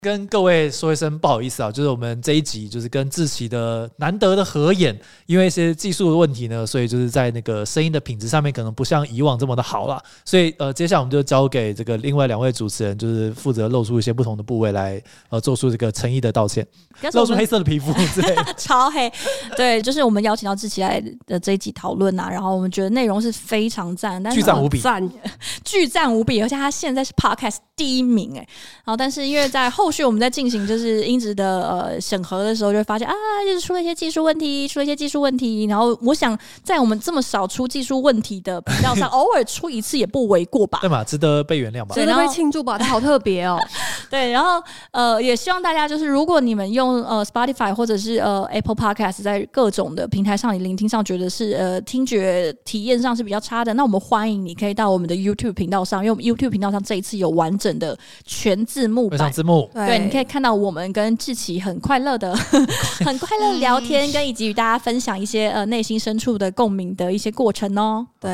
跟各位说一声不好意思啊，就是我们这一集就是跟志祺的难得的合演，因为一些技术的问题呢，所以就是在那个声音的品质上面可能不像以往这么的好啦，所以接下来我们就交给这个另外2位主持人，就是负责露出一些不同的部位来做出这个诚意的道歉，露出黑色的皮肤之类的超黑。对，就是我们邀请到志祺来的这一集讨论啊，然后我们觉得内容是非常赞，但是巨赞无比， 巨赞无比，而且他现在是 Podcast 第1名然后但是因为在后续我们在进行就是音质的审核的时候，就会发现就是出了一些技术问题，然后我想在我们这么少出技术问题的频道上，偶尔出一次也不为过吧？ 对嘛，值得被原谅吧？ 值得被庆祝吧？它好特别哦。 对，然后也希望大家就是如果你们用Spotify 或者是Apple Podcast 在各种的平台上你聆听上觉得是听觉体验上是比较差的，那我们欢迎你可以到我们的 YouTube 频道上，因为我们 YouTube 频道上这一次有完整的全字幕版， 字幕， 对，你可以看到我们跟志祺很快乐的聊天，跟以及与大家分享一些内心深处的共鸣的一些过程哦。对。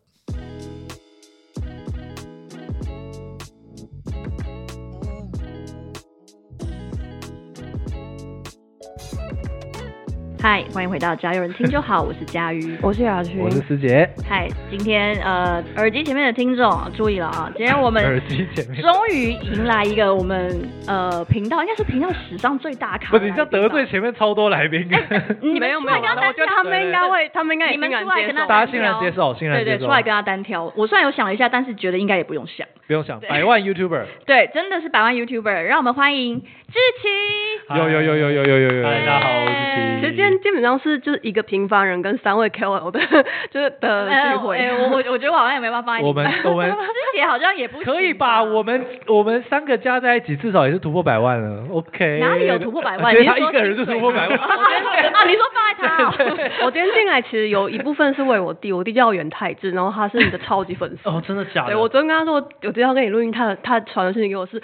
嗨，欢迎回到只要有人听就好，我是佳瑜， 我是雅群， 我是思杰。 嗨，今天耳机前面的听众注意了啊！今天我们耳机前面终于迎来一个我们频道应该是频道史上最大咖。 不是，你这样得罪前面超多来宾。 你没有，我觉得他们应该你们出来跟他大家欣然接受， 对，出来跟他单挑。我虽然有想了一下，但是觉得应该也不用想， 100万 YouTuber。 对，真的是100万 YouTuber， 让我们欢迎志祺。 有， 大家好，我是志祺。 其实今天基本上是就是一个平凡人跟3位 KOL 的就是的聚会。 我觉得我好像也没办法放在我们志祺好像也不可以吧？我们3个加在一起至少也是突破100万了。OK。 哪里有突破100万？ 他一个人就突破100万。 你说放在他？ 我今天进来其实有一部分是为我弟叫袁泰志，然后他是你的超级粉丝。 哦，真的假的？ 对，我昨天跟他说有机会要跟你录音，他传的讯息给我是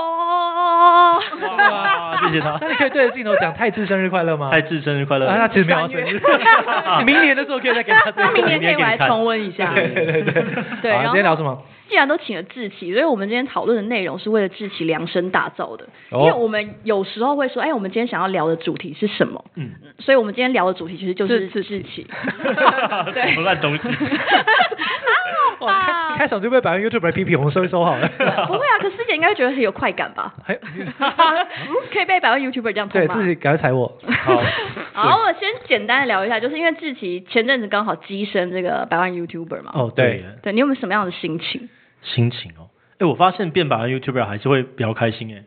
哇，谢谢他。 那你可以对着镜头讲泰志生日快乐吗？ 泰志生日快乐。 他其实没有生日。明年的时候可以再给他。 他明年可以来重温一下。 对。好，今天聊什么？ 既然都请了志祺，所以我们今天讨论的内容是为了志祺量身打造的。因为我们有时候会说，我们今天想要聊的主题是什么？所以我们今天聊的主题其实就是志祺。 对，什么烂东西？ 哇，开场就被100万 YouTuber 批评，我们收一收好了。 不会啊，可师姐应该会觉得很有快感吧？可以被100万 YouTuber 这样痛吗？ 对，自己赶快踩我。 好，我先简单的聊一下，就是因为志祺前阵子刚好跻身这个100万 YouTuber 嘛。 哦，对， 你有没有什么样的心情？ 我发现变100万 YouTuber 还是会比较开心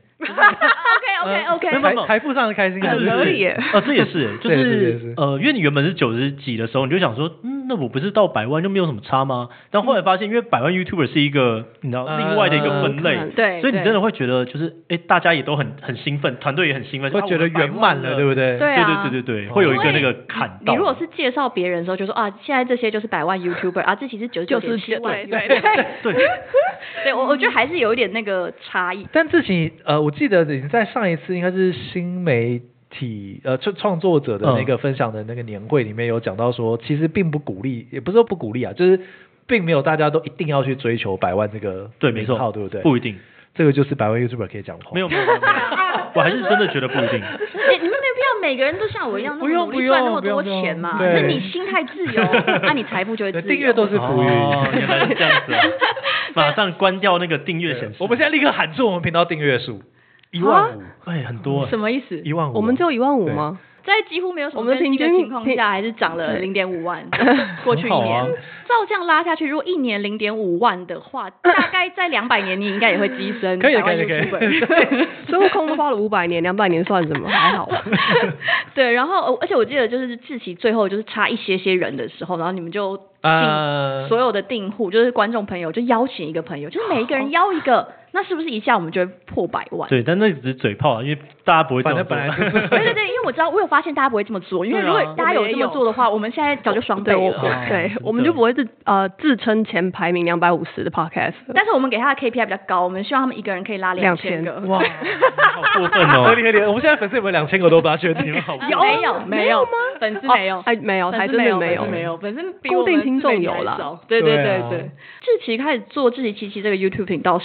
OK， 财富上的开心很合理耶。 这也是就是因为你原本是90几的时候，你就想说，那我不是到100万就没有什么差吗？但后来发现，因为100万 YouTuber 是一个你知道另外的一个分类， 对， 所以你真的会觉得就是大家也都很兴奋，团队也很兴奋， 会觉得圆满了，对不对？ 对啊， 对，会有一个那个坎到。 你如果是介绍别人的时候，就说现在这些就是100万 YouTuber 这其实99.7万，对，我觉得还是有一点那个差异。 但志祺我记得你在上一次应该是新媒体创作者的那个分享的那个年会里面有讲到说，其实并不鼓励，也不是说不鼓励啊，就是并没有大家都一定要去追求100万这个名号，对不对？ 不一定， 这个就是100万 YouTuber 可以讲的话。 没有，我还是真的觉得不一定。 你们没有必要每个人都像我一样那么努力赚那么多钱嘛？那你心态自由，那你财富就会自由。 订阅都是浮云。 原来是这样子。马上关掉那个订阅显示。 我们现在立刻喊出我们频道订阅数15000， 很多。 什么意思 ？15000。 我们只有15000吗？ 在几乎没有什么更新的情况下，还是涨了0.5万。过去1年，照这样拉下去，如果1年0.5万的话，大概在200年你应该也会跻身。 可以。 孙悟空都花了500年，200年算什么？还好。 对，然后而且我记得就是志祺最后就是差一些人的时候，然后你们就所有的订户就是观众朋友就邀请一个朋友，就是每一个人邀一个。那是不是一下我们就会破100万？ 对，但那只是嘴炮啊，因为大家不会这么做。 对，因为我知道，我有发现大家不会这么做，因为如果大家有这么做的话，我们现在早就双倍了。 对，我们就不会自称前排名250的 podcast。 但是我们给他的 KPI 比较高，我们希望他们一个人可以拉2000个。 哇，好过分哦！ 合理。我们现在粉丝有没有2000个都不大确定了，好不好？没有吗？粉丝没有， 没有，还真的没有，粉丝固定听众有啦。 对。志祺开始做志祺77这个 YouTube 频道是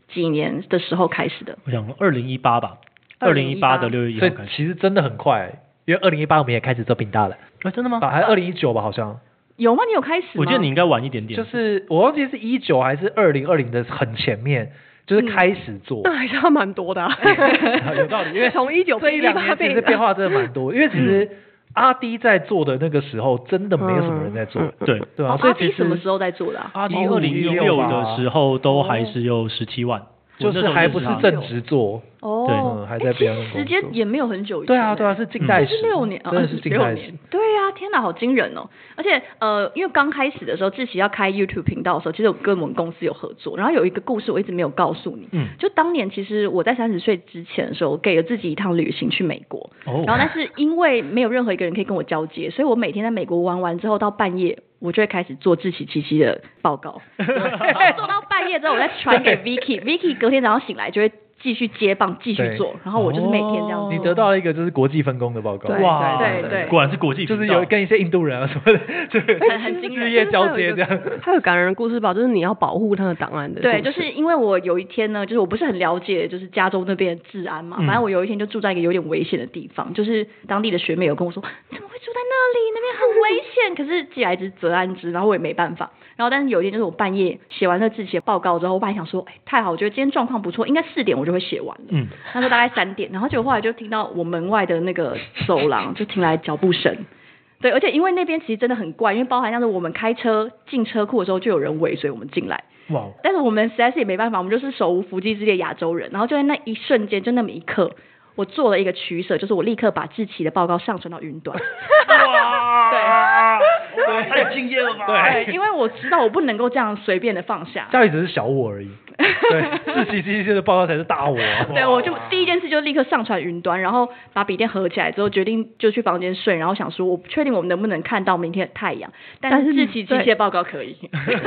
几年的时候开始的？ 我想2018吧，2018的6月1号开始。 其实真的很快，因为2018我们也开始做频道了。 真的吗？ 还是2019吧，好像。 有吗？你有开始吗？ 我记得你应该晚一点点。 就是我忘记是19还是2020的很前面，就是开始做。 那还是要蛮多的、啊。 有道理，因为从19 这1-2年其实变化真的蛮多，因为其实。阿滴在做的那个时候，真的没有什么人在做， 对啊。 阿滴什么时候在做的？ 阿滴2016的时候都还是有17万， 就是还不是正职做。 哦， 还在别人时间也没有很久以前。 对啊，是近代史 ，6年， 真的是近代史。 对啊，天哪，好惊人哦！而且因为刚开始的时候，志祺要开 YouTube 频道的时候，其实我跟我们公司有合作，然后有一个故事我一直没有告诉你。就当年其实我在30岁之前的时候，我给了自己一趟旅行去美国，然后但是因为没有任何一个人可以跟我交接，所以我每天在美国玩完之后到半夜。我就会开始做志祺七七的报告，做到半夜之后，我再传给 Vicky 隔天早上醒来就会继续接棒继续做，然后我就是每天这样子。 你得到了一个就是国际分工的报告， 哇， 对， 果然是国际， 就是有跟一些印度人啊什么的，就是很惊人， 日夜交接这样。 还有感人的故事吧，就是你要保护他的档案的。 对，就是因为我有一天呢，就是我不是很了解，就是加州那边的治安嘛，反正我有一天就住在一个有点危险的地方，就是当地的学妹有跟我说，怎么会住在那里？那边很危险。可是既来之则安之，然后我也没办法。然后但是有一天就是我半夜写完那志祺的报告之后，我本来想说，太好，我觉得今天状况不错，应该4点我就会写完了。那时候大概3点，然后结果后来就听到我门外的那个走廊就听来脚步声。对，而且因为那边其实真的很怪，因为包含像是我们开车进车库的时候就有人尾随我们进来。哇！但是我们实在是也没办法，我们就是手无缚鸡之力的亚洲人。然后就在那一瞬间，就那么一刻，我做了一个取舍，就是我立刻把志祺的报告上传到云端。哇！ 对，太敬业了吧？ 对，因为我知道我不能够这样随便的放下。 家里只是小我而已。对，志祺的报告才是大我。 对，我就第一件事就立刻上传云端，然后把笔电合起来之后，决定就去房间睡，然后想说，我不确定我们能不能看到明天的太阳，但是志祺机械报告可以。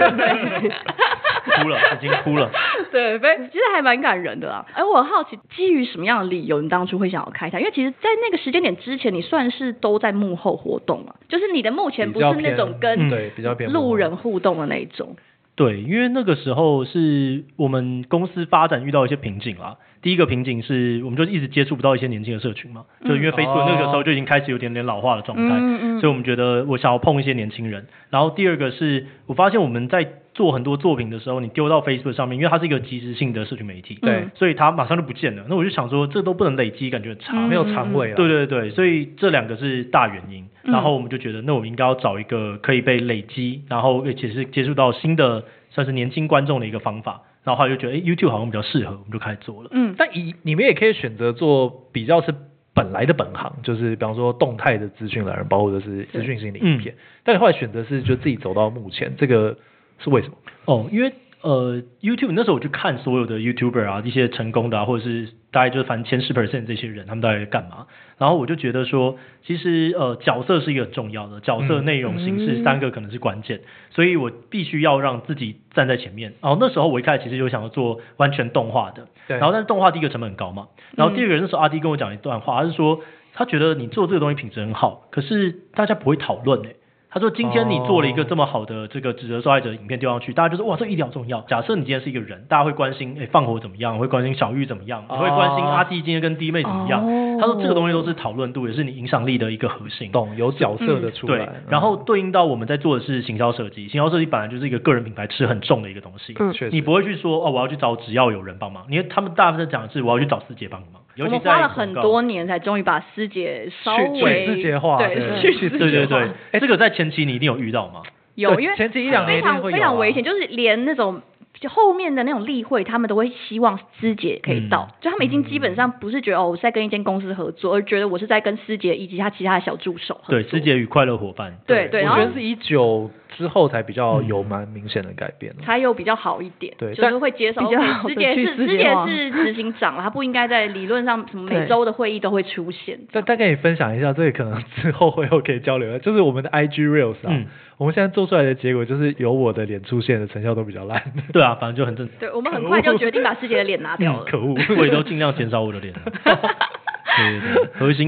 哭了，已经哭了。 对，其实还蛮感人的啦。我很好奇，基于什么样的理由，你当初会想要开它？因为其实，在那个时间点之前，你算是都在幕后活动嘛，就是你的幕前不是那种跟路人互动的那一种。 对，因为那个时候是我们公司发展遇到一些瓶颈啦。第一个瓶颈是我们就一直接触不到一些年轻的社群嘛，就因为 Facebook 那个时候就已经开始有点老化的状态，所以我们觉得我想要碰一些年轻人。然后第二个是我发现我们在做很多作品的时候，你丢到 Facebook 上面，因为它是一个即时性的社群媒体，对，所以它马上就不见了。那我就想说，这都不能累积，感觉很差， 没有长尾啊。 对，所以这2个是大原因。然后我们就觉得，那我们应该要找一个可以被累积，然后而且是接触到新的算是年轻观众的一个方法。然后后来就觉得YouTube 好像比较适合，我们就开始做了。 但你们也可以选择做比较是本来的本行，就是比方说动态的资讯来源包或者是资讯型的影片。但你后来选择是就自己走到目前，这个是为什么？ 因为YouTube 那时候我去看所有的 YouTuber 啊，一些成功的啊，或者是大概就是反正前10% 这些人，他们到底在干嘛？然后我就觉得说，其实角色是一个很重要的，角色、内容、形式3个可能是关键，所以我必须要让自己站在前面。然后那时候我一开始其实就想要做完全动画的，然后但是动画第一个成本很高嘛，然后第二个那时候阿弟跟我讲一段话，他是说他觉得你做这个东西品质很好，可是大家不会讨论他说今天你做了一个这么好的这个指责受害者影片丢上去，大家就说哇这一定好重要。假设你今天是一个人，大家会关心放火怎么样，会关心小玉怎么样，会关心阿弟今天跟弟妹怎么样。他说这个东西都是讨论度，也是你影响力的一个核心。 有角色的出来。 对，然后对应到我们在做的是行销设计，行销设计本来就是一个个人品牌吃很重的一个东西。你不会去说我要去找只要有人帮忙，因为他们大部分讲的是我要去找师姐帮忙。 我们花了很多年才终于把师姐稍微师姐化， 对，这个在前期你一定有遇到吗？ 有，因为前期1-2年非常危险，就是连那种就后面的那种例会，他们都会希望师姐可以到，就他们已经基本上不是觉得我是在跟一间公司合作，而觉得我是在跟师姐以及他其他的小助手合作。 对，师姐与快乐伙伴。 对， 我觉得是19之后才比较有蛮明显的改变， 才有比较好一点。 对， 就是会接受。师姐是执行长，他不应该在理论上什么每周的会议都会出现。 再跟你分享一下，这个可能之后会有可以交流，就是我们的 IG Reels 啊。我们现在做出来的结果就是有我的脸出现的成效都比较烂。 对啊，反正就很正常。 对，我们很快就决定把师姐的脸拿掉了。 可恶，我也都尽量减少我的脸。对，核心啊，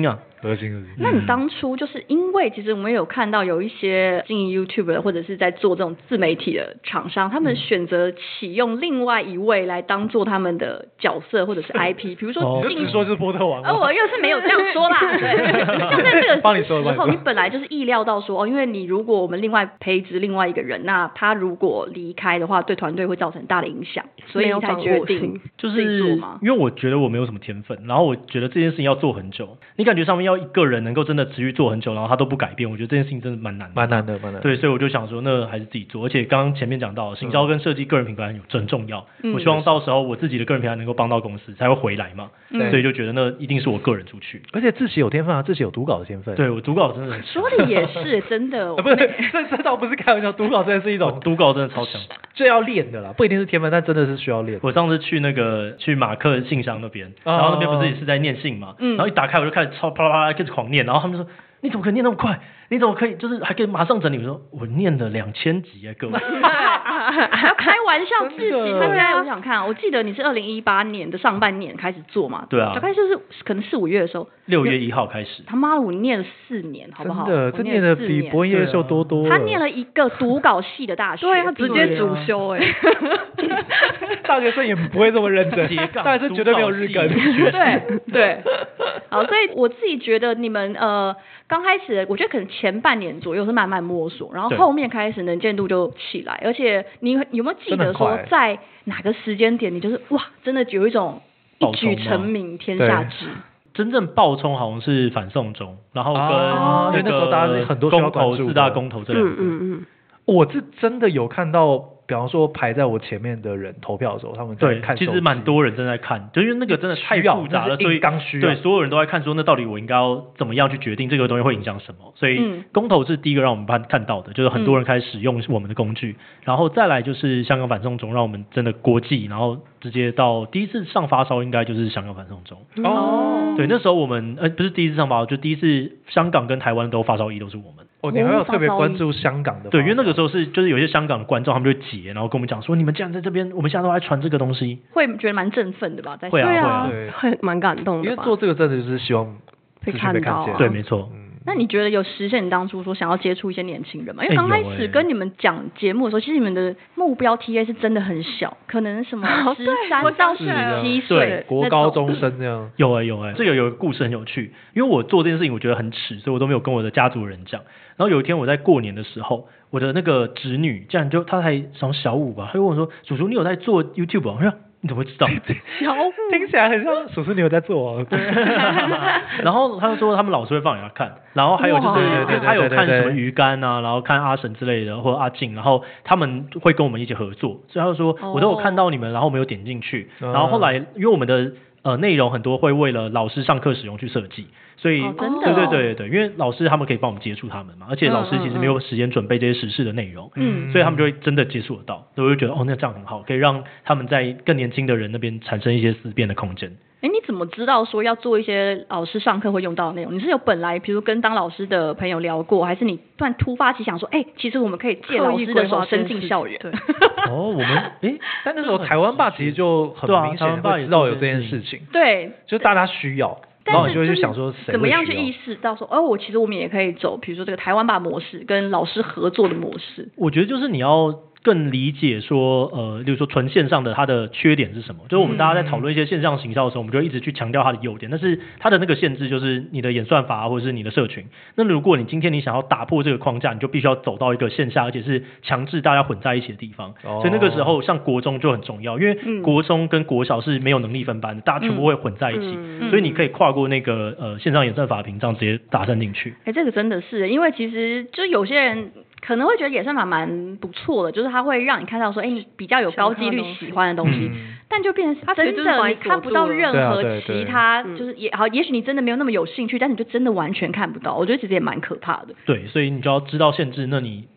核心。 那你当初就是因为其实我们有看到有一些经营 YouTube 的或者是在做这种自媒体的厂商，他们选择启用另外一位来当做他们的角色或者是 IP， 比如说你就只说就是波特王吗？ 我又是没有这样说啦，对，像在这个帮你说时候，你本来就是意料到说因为你如果我们另外培植另外一个人，那他如果离开的话，对团队会造成大的影响，所以你才决定就是因为我觉得我没有什么天分，然后我觉得这件事情要做很久，你感觉上面要一个人能够真的持续做很久，然后他都不改变，我觉得这件事情真的蛮难的。对，所以我就想说，那还是自己做。而且刚刚前面讲到，行销跟设计个人品牌很重要。我希望到时候我自己的个人品牌能够帮到公司，才会回来嘛。所以就觉得那一定是我个人出去。 而且志祺有天分啊，志祺有读稿的天分。 对，我读稿真的很说的也是真的。 不是，这倒不是开玩笑，读稿真的是一种读稿真的超强， 这要练的啦，不一定是天分，但真的是需要练。 我上次去马克信箱那边，然后那边不是也是在念信嘛，然后一打开我就开始啪啦啪啦开始狂念，然后他们就说你怎么可以念那么快？你怎么可以就是还可以马上整理？我说我念了2000集各位。 开玩笑，自己大家我想看，我记得你是2018年的上半年开始做嘛？ 对啊， 大概就是可能4、5月的时候 ，6月1号开始。 他妈的，我念了4年，好不好？ 真的，这念的比博恩夜秀多多。 他念了一个读稿系的大学， 对，他直接主修大学生也不会这么认真，但是绝对没有日更。 对，好，所以我自己觉得你们刚开始，我觉得可能前半年左右是慢慢摸索，然后后面开始能见度就起来，而且你有没有记得说在哪个时间点，你就是哇，真的有一种一举成名天下知？ 真正爆冲好像是反送中，然后跟那个公投4大公投这两个。 我是真的有看到，比方说排在我前面的人投票的时候，他们在看。 其实蛮多人正在看，就因为那个真的太复杂了，所以对所有人都在看说，那到底我应该要怎么样去决定这个东西会影响什么？所以公投是第一个让我们看到的，就是很多人开始使用我们的工具，然后再来就是香港反送中，让我们真的国际，然后直接到第一次上发烧应该就是香港反送中。对，那时候我们不是第一次上发烧，就第一次香港跟台湾都发烧1都是我们。 你还有特别关注香港的？ 对，因为那个时候就是有些香港的观众他们就会截，然后跟我们讲说，你们竟然在这边，我们现在都在传这个东西， 会觉得蛮振奋的吧？ 会啊， 会蛮感动的。 因为做这个真的就是希望被看到。 对，没错。 那你觉得有实现你当初说想要接触一些年轻人吗？因为刚开始跟你们讲节目的时候，其实你们的目标 TA 是真的很小，可能什么13到17岁， 国高中生这样。 有这个有个故事很有趣，因为我做这件事情我觉得很耻，所以我都没有跟我的家族人讲。然后有一天我在过年的时候，我的那个侄女竟然她才上小5吧，她就问我说：“叔叔，你有在做 YouTube 吗？”我说：“你怎么会知道？” 小5听起来很像叔叔你有在做哦。 然后他就说他们老师会放给他看，然后还有就是他有看什么鱼竿啊，然后看阿神之类的或者阿静，然后他们会跟我们一起合作，所以他就说我都有看到你们，然后我们有点进去，然后后来因为我们的内容很多会为了老师上课使用去设计。所以，对，因为老师他们可以帮我们接触他们嘛，而且老师其实没有时间准备这些时事的内容，所以他们就会真的接触得到，所以我就觉得那这样很好，可以让他们在更年轻的人那边产生一些思辨的空间。 你怎么知道说要做一些老师上课会用到的内容？你是有本来比如跟当老师的朋友聊过，还是你突然突发奇想说，其实我们可以借老师的手伸进校园？ 我们但那时候台湾吧其实就很明显会知道有这件事情， 对， 就大家需要。然后你就会去想说， 怎么样去意识到说，其实我们也可以走，比如说这个台湾吧模式跟老师合作的模式。 我觉得就是你要更理解说，例如说纯线上的它的缺点是什么？就是我们大家在讨论一些线上行销的时候，我们就一直去强调它的优点，但是它的那个限制就是你的演算法或者是你的社群。那如果你今天你想要打破这个框架，你就必须要走到一个线下，而且是强制大家混在一起的地方。所以那个时候像国中就很重要，因为国中跟国小是没有能力分班的，大家全部会混在一起，所以你可以跨过那个线上演算法的屏障，直接打散进去。 这个真的是，因为其实就有些人可能会觉得演算法蛮不错的，就是它会让你看到说，你比较有高几率喜欢的东西，但就变成它真的你看不到任何其他，就是也许你真的没有那么有兴趣，但你就真的完全看不到。我觉得其实也蛮可怕的。 对，所以你就要知道限制，那你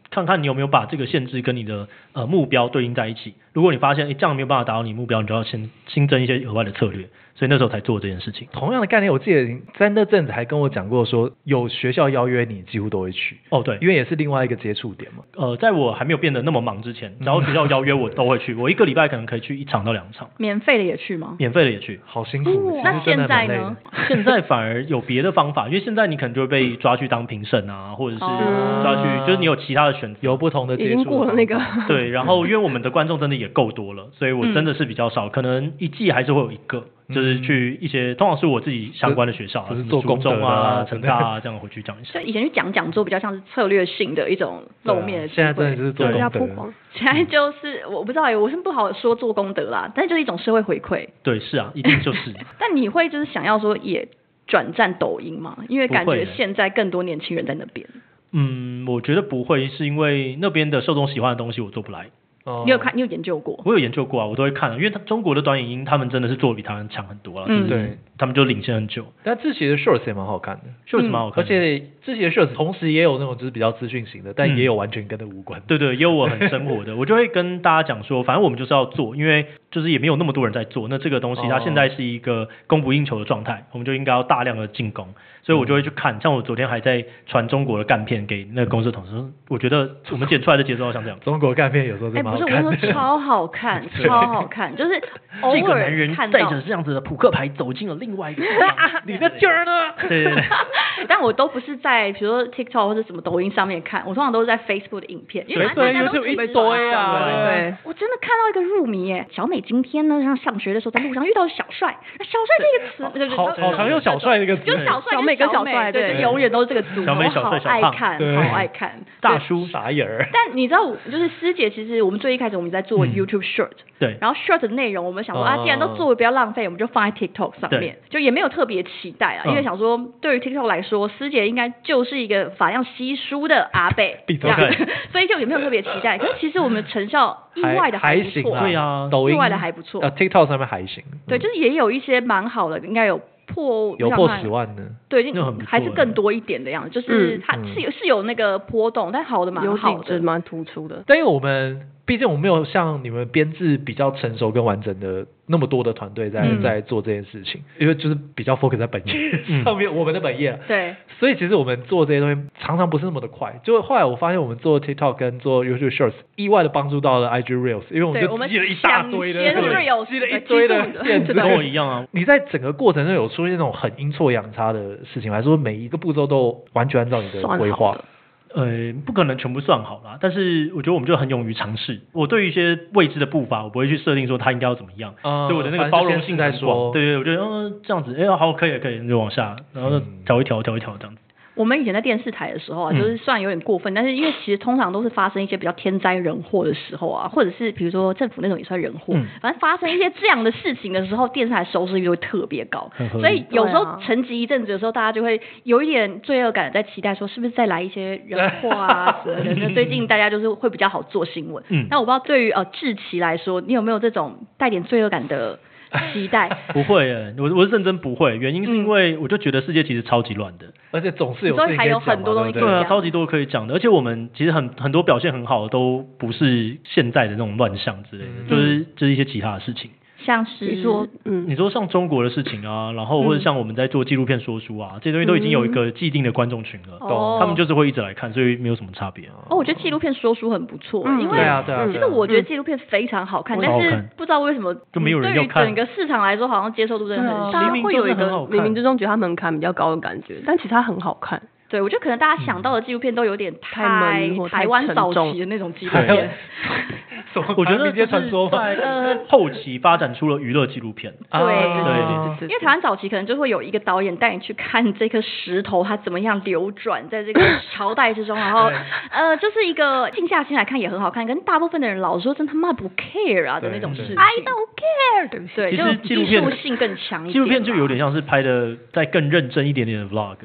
看看你有没有把这个限制跟你的目标对应在一起。如果你发现这样没有办法达到你目标，你就要先新增一些额外的策略。所以那时候才做这件事情。 同样的概念，我记得你在那阵子还跟我讲过说，有学校邀约你几乎都会去。 哦，对， 因为也是另外一个接触点嘛。 在我还没有变得那么忙之前，只要学校邀约我都会去。我一个礼拜可能可以去1场到2场。 免费的也去吗？ 免费的也去。 好辛苦。 那现在呢？ 现在反而有别的方法，因为现在你可能就会被抓去当评审啊，或者是抓去，就是你有其他的选择， 有不同的接触。 已经过了那个。 对，然后因为我们的观众真的也够多了，所以我真的是比较少，可能一季还是会有一个。就是去一些通常是我自己相关的学校， 就是做公中啊、成大啊这样回去讲一下。 所以以前去讲座比较像是策略性的一种露面的机会， 现在真的就是做功德。 现在就是我不知道我是不好说做功德啦，但是就是一种社会回馈。 对，是啊，一定就是。 但你会就是想要说也转战抖音吗？因为感觉现在更多年轻人在那边。 我觉得不会，是因为那边的受众喜欢的东西我做不来。 你有研究过？ 我有研究过啊，我都会看，因为中国的短影音他们真的是做得比台湾强很多了，对，他们就领先很久。 但志祺的 shorts 也蛮好看的 ，shorts 蛮好看的， 而且志祺的 shorts 同时也有那种就是比较资讯型的，但也有完全跟那无关。 对，也有我很生活的，我就会跟大家讲说，反正我们就是要做，因为就是也没有那么多人在做，那这个东西它现在是一个供不应求的状态，我们就应该要大量的进攻，所以我就会去看，像我昨天还在传中国的干片给那个公司同事，我觉得我们剪出来的节奏要像这样。 中国干片有时候真蛮好看的。 不是，我说超好看，超好看，就是偶尔看到这个男人带着这样子的扑克牌走进了另外一个地方， 你的劲儿呢？ 对。 但我都不是在比如说 TikTok 或者什么抖音上面看，我通常都是在 Facebook 的影片，因为大家都一堆啊。 对， 我真的看到一个入迷耶，小美今天呢，上学的时候在路上遇到小帅，小帅这个词， 好常用小帅这个词， 就小美跟小帅，对，永远都是这个组合，我好爱看，好爱看， 大叔傻眼儿。 但你知道，就是师姐，其实我们最一开始我们在做 YouTube Short， 对， 然后 Short 的内容我们想说既然都做了，不要浪费，我们就放在 TikTok 上面，就也没有特别期待啊，因为想说对于 TikTok 来说，师姐应该就是一个法样稀疏的阿伯，这样，所以就也没有特别期待。可是其实我们成效意外的还不错， 对啊， 抖音意外的还不错 ，TikTok 上面还行， 对，就是也有一些蛮好的，应该有破 10万的， 对，还是更多一点的样子，就是它是有那个波动，但好的蛮好的， 蛮突出的。 但因为我们毕竟我们没有像你们编制比较成熟跟完整的那么多的团队在做这件事情，因为就是比较 focus 在本业上面，我们的本业， 对， 所以其实我们做这些东西常常不是那么的快。就后来我发现我们做 TikTok 跟做 YouTube Shorts 意外的帮助到了 IG Reels， 因为我们就积了一大堆的，积了一堆的片子， 跟我一样啊。 你在整个过程中有出现那种很阴错阳差的事情，还是说每一个步骤都完全按照你的规划？ 不可能全部算好啦，但是我觉得我们就很勇于尝试。我对于一些未知的步伐，我不会去设定说它应该要怎么样，所以我的那个包容性在广。对，我觉得这样子，好，可以，就往下，然后调一调这样子。 我们以前在电视台的时候啊，就是虽然有点过分，但是因为其实通常都是发生一些比较天灾人祸的时候啊，或者是比如说政府那种也算人祸，反正发生一些这样的事情的时候，电视台收视率就会特别高，所以有时候沉寂一阵子的时候，大家就会有一点罪恶感，在期待说是不是再来一些人祸啊什么的。那最近大家就是会比较好做新闻。那我不知道对于志祺来说，你有没有这种带点罪恶感的期待？ 不会耶，我是认真不会，原因是因为我就觉得世界其实超级乱的， 而且总是有事情可以讲嘛， 所以还有很多东西可以讲， 对啊，超级多可以讲的，而且我们其实很多表现很好的都不是现在的那种乱象之类的，就是一些其他的事情。 像是你说像中国的事情啊，然后或者像我们在做纪录片说书啊，这些东西都已经有一个既定的观众群了，他们就是会一直来看，所以没有什么差别。 我觉得纪录片说书很不错，因为其实我觉得纪录片非常好看，但是不知道为什么就没有人要看。 对于整个市场来说，好像接受度真的很小， 大家会有一个冥冥之中觉得它门槛比较高的感觉，但其实它很好看。 对，我觉得可能大家想到的纪录片都有点太闷， 台湾早期的那种纪录片。 我觉得在后期发展出了娱乐纪录片。 对，因为台湾早期可能就会有一个导演带你去看这颗石头它怎么样流转在这个朝代之中，然后就是一个静下心来看也很好看，跟大部分的人老实说真他妈不 care 啊的那种事情。I don't care， 对， 其实纪录片技术性更强一点。 纪录片就有点像是拍的再更认真一点点的 vlog。其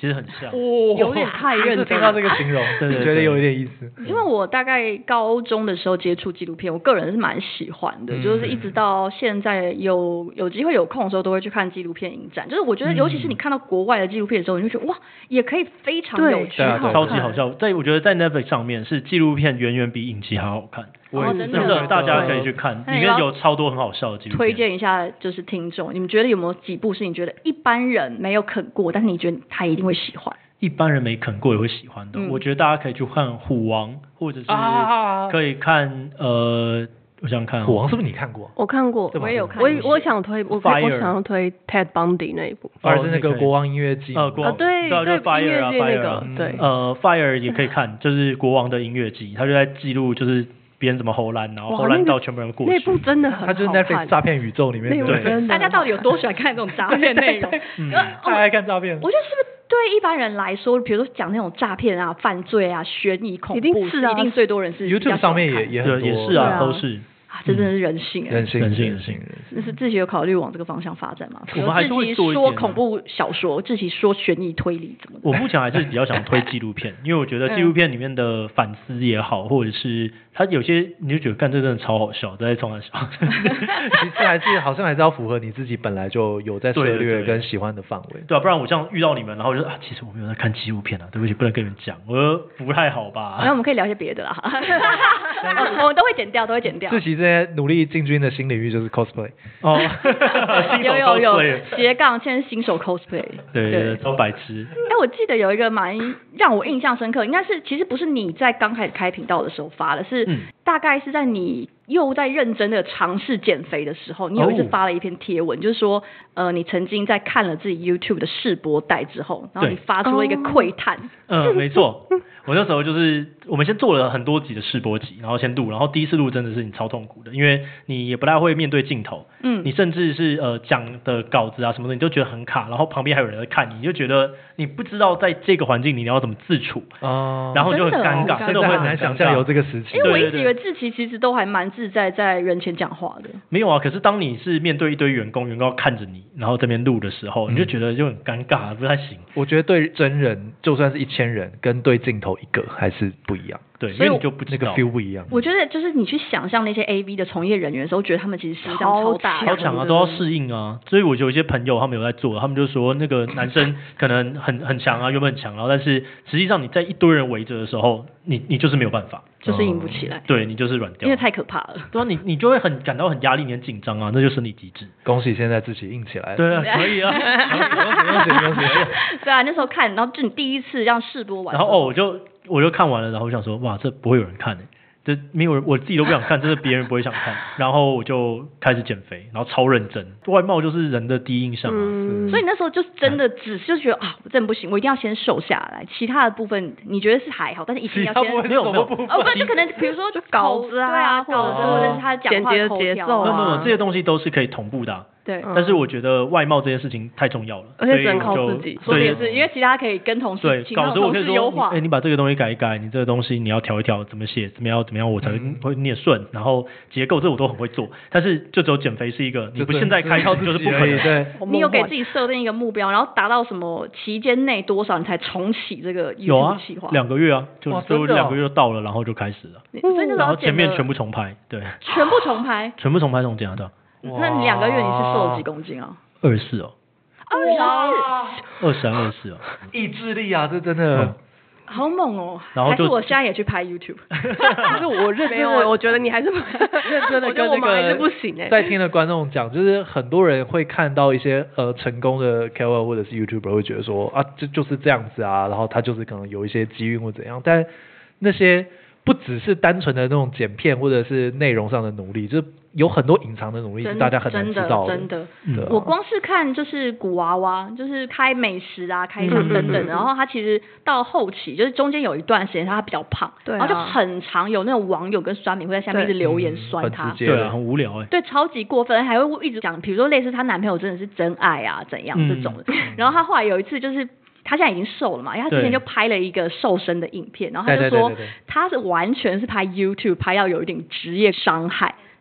其实很像， 有点太认真。 听到这个形容， 对觉得有一点意思。 因为我大概高中的时候接触纪录片，我个人是蛮喜欢的，就是一直到现在有机会有空的时候都会去看纪录片影展。就是我觉得，尤其是你看到国外的纪录片的时候，你就觉得哇，也可以非常有趣， 超级好笑。我觉得在 Netflix 上面是纪录片远远比影集还好看。真的，大家可以去看，里面有超多很好笑的纪录片。 推荐一下，就是听众，你们觉得有没有几部是你觉得一般人没有啃过，但是你觉得他一定会喜欢？ 一般人没啃过也会喜欢的。我觉得大家可以去看《虎王》，或者是可以看我想看《 虎王》是不是你看过？ 我看过， 我也有看。 我想推，我想要推 Ted Bundy 那一部， 是那个国王音乐季。 对， 就 Fire 啊 Fire， 对 ，Fire 也可以看，就是国王的音乐季，他就在记录就是别人怎么吼烂，然后吼烂到全部人过去。 那部真的很好看， 他就是 Netflix 诈骗宇宙里面。 对， 大家到底有多喜欢看这种诈骗内容？ 太爱看诈骗。 我觉得是不是对一般人来说，比如说讲那种诈骗啊、犯罪啊、悬疑、恐怖，一定最多人是 YouTube 上面也很多， 也是啊，都是。 这真的是人性， 人性。 那是志祺有考虑往这个方向发展吗？ 我们还是会做一点说恐怖小说，志祺说悬疑推理怎么？ 我目前还是比较想推纪录片，因为我觉得纪录片里面的反思也好，或者是它有些你就觉得干这真的超好笑，在冲他笑。 其实好像还是要符合你自己本来就有在涉猎跟喜欢的范围， 对啊，不然我这样遇到你们，然后就其实我没有在看纪录片啊，对不起，不能跟你们讲，我不太好吧？ 那我们可以聊些别的啦，我们都会剪掉， 志祺这些努力进军的新领域就是 cosplay 哦， 有斜杠，现在是新手 cosplay， 对，超白痴。 我记得有一个蛮让我印象深刻，应该是其实不是你在刚开始开频道的时候发的，是大概是在你又在认真的尝试减肥的时候，你有一次发了一篇贴文，就是说你曾经在看了自己 YouTube 的试播带之后，然后你发出了一个喟叹。 没错。我那时候就是我们先做了很多集的试播集，然后先录，然后第一次录真的是你超痛苦的，因为你也不太会面对镜头，你甚至是讲的稿子啊什么的，你都觉得很卡，然后旁边还有人在看你，就觉得你不知道在这个环境里你要怎么自处，然后就很尴尬，真的会很难想象有这个时期。 因为我一直以为志祺其实都还蛮自在在人前讲话的。 没有啊，可是当你是面对一堆员工要看着你，然后这边录的时候，你就觉得就很尴尬，不太行。 我觉得对真人就算是1000人，跟对镜头一个还是不一样。 对，因为你就不那个 feel 不一样。 我觉得就是你去想象那些 AV 的从业人员的时候，觉得他们其实心脏超大、 超强啊，都要适应啊。所以我有一些朋友他们有在做，他们就说那个男生可能很强啊，原本很强，然后但是实际上你在一堆人围着的时候，你就是没有办法， 就是硬不起来。 对，你就是软掉， 因为太可怕了。 对啊，你就会感到很压力，你很紧张啊，那就是生理机制。 恭喜现在自己硬起来了。 对啊，可以啊，恭喜。 对啊，那时候看，然后就你第一次这样试播完， 然后我就看完了，然后我想说，哇，这不会有人看这没有人，我自己都不想看，真的别人不会想看。然后我就开始减肥，然后超认真，外貌就是人的第一印象啊。 所以那时候就真的只是觉得我真的不行，我一定要先瘦下来。其他的部分你觉得是还好，但是一定要先没有不就可能比如说就稿子啊，或者是他讲话的节奏没有这些东西都是可以同步的。 对， 但是我觉得外貌这件事情太重要了， 而且只能靠自己。 所以也是因为其他可以跟同事搞得我可以说，你把这个东西改一改，你这个东西你要调一调，怎么写，怎么样，我才会念顺。然后结构这我都很会做，但是就只有减肥是一个，你不现在开始就是不可能。 对， 你有给自己设定一个目标，然后达到什么期间内多少，你才重启这个 YouTube 计划 ？2个月啊，就2个月就到了，然后就开始了。然后前面全部重拍，对， 全部重拍重剪的。 那你2个月你是瘦了几公斤啊 ？24哦。23、24哦。 意志力啊，这真的。 好猛哦！ 然后还是我现在也去拍 YouTube。 可是我认真的， 我觉得你还是认真的跟那个还是不行在听的观众讲，就是很多人会看到一些成功的 KOL 或者是 YouTuber 会觉得说这就是这样子啊，然后他就是可能有一些机运或怎样，但那些不只是单纯的那种剪片或者是内容上的努力，就是有很多隐藏的努力是大家很难知道的。 真的，我光是看就是古娃娃，就是开美食啊、开箱等等，然后他其实到后期就是中间有一段时间他比较胖，然后就很常有那种网友跟酸民会在下面一直留言酸他， 对啊，很无聊对，超级过分，还会一直讲，比如说类似她男朋友真的是真爱啊怎样这种的。然后他后来有一次就是他现在已经瘦了嘛，因为他之前就拍了一个瘦身的影片，然后他就说他是完全是拍 YouTube 拍到有一点职业伤害。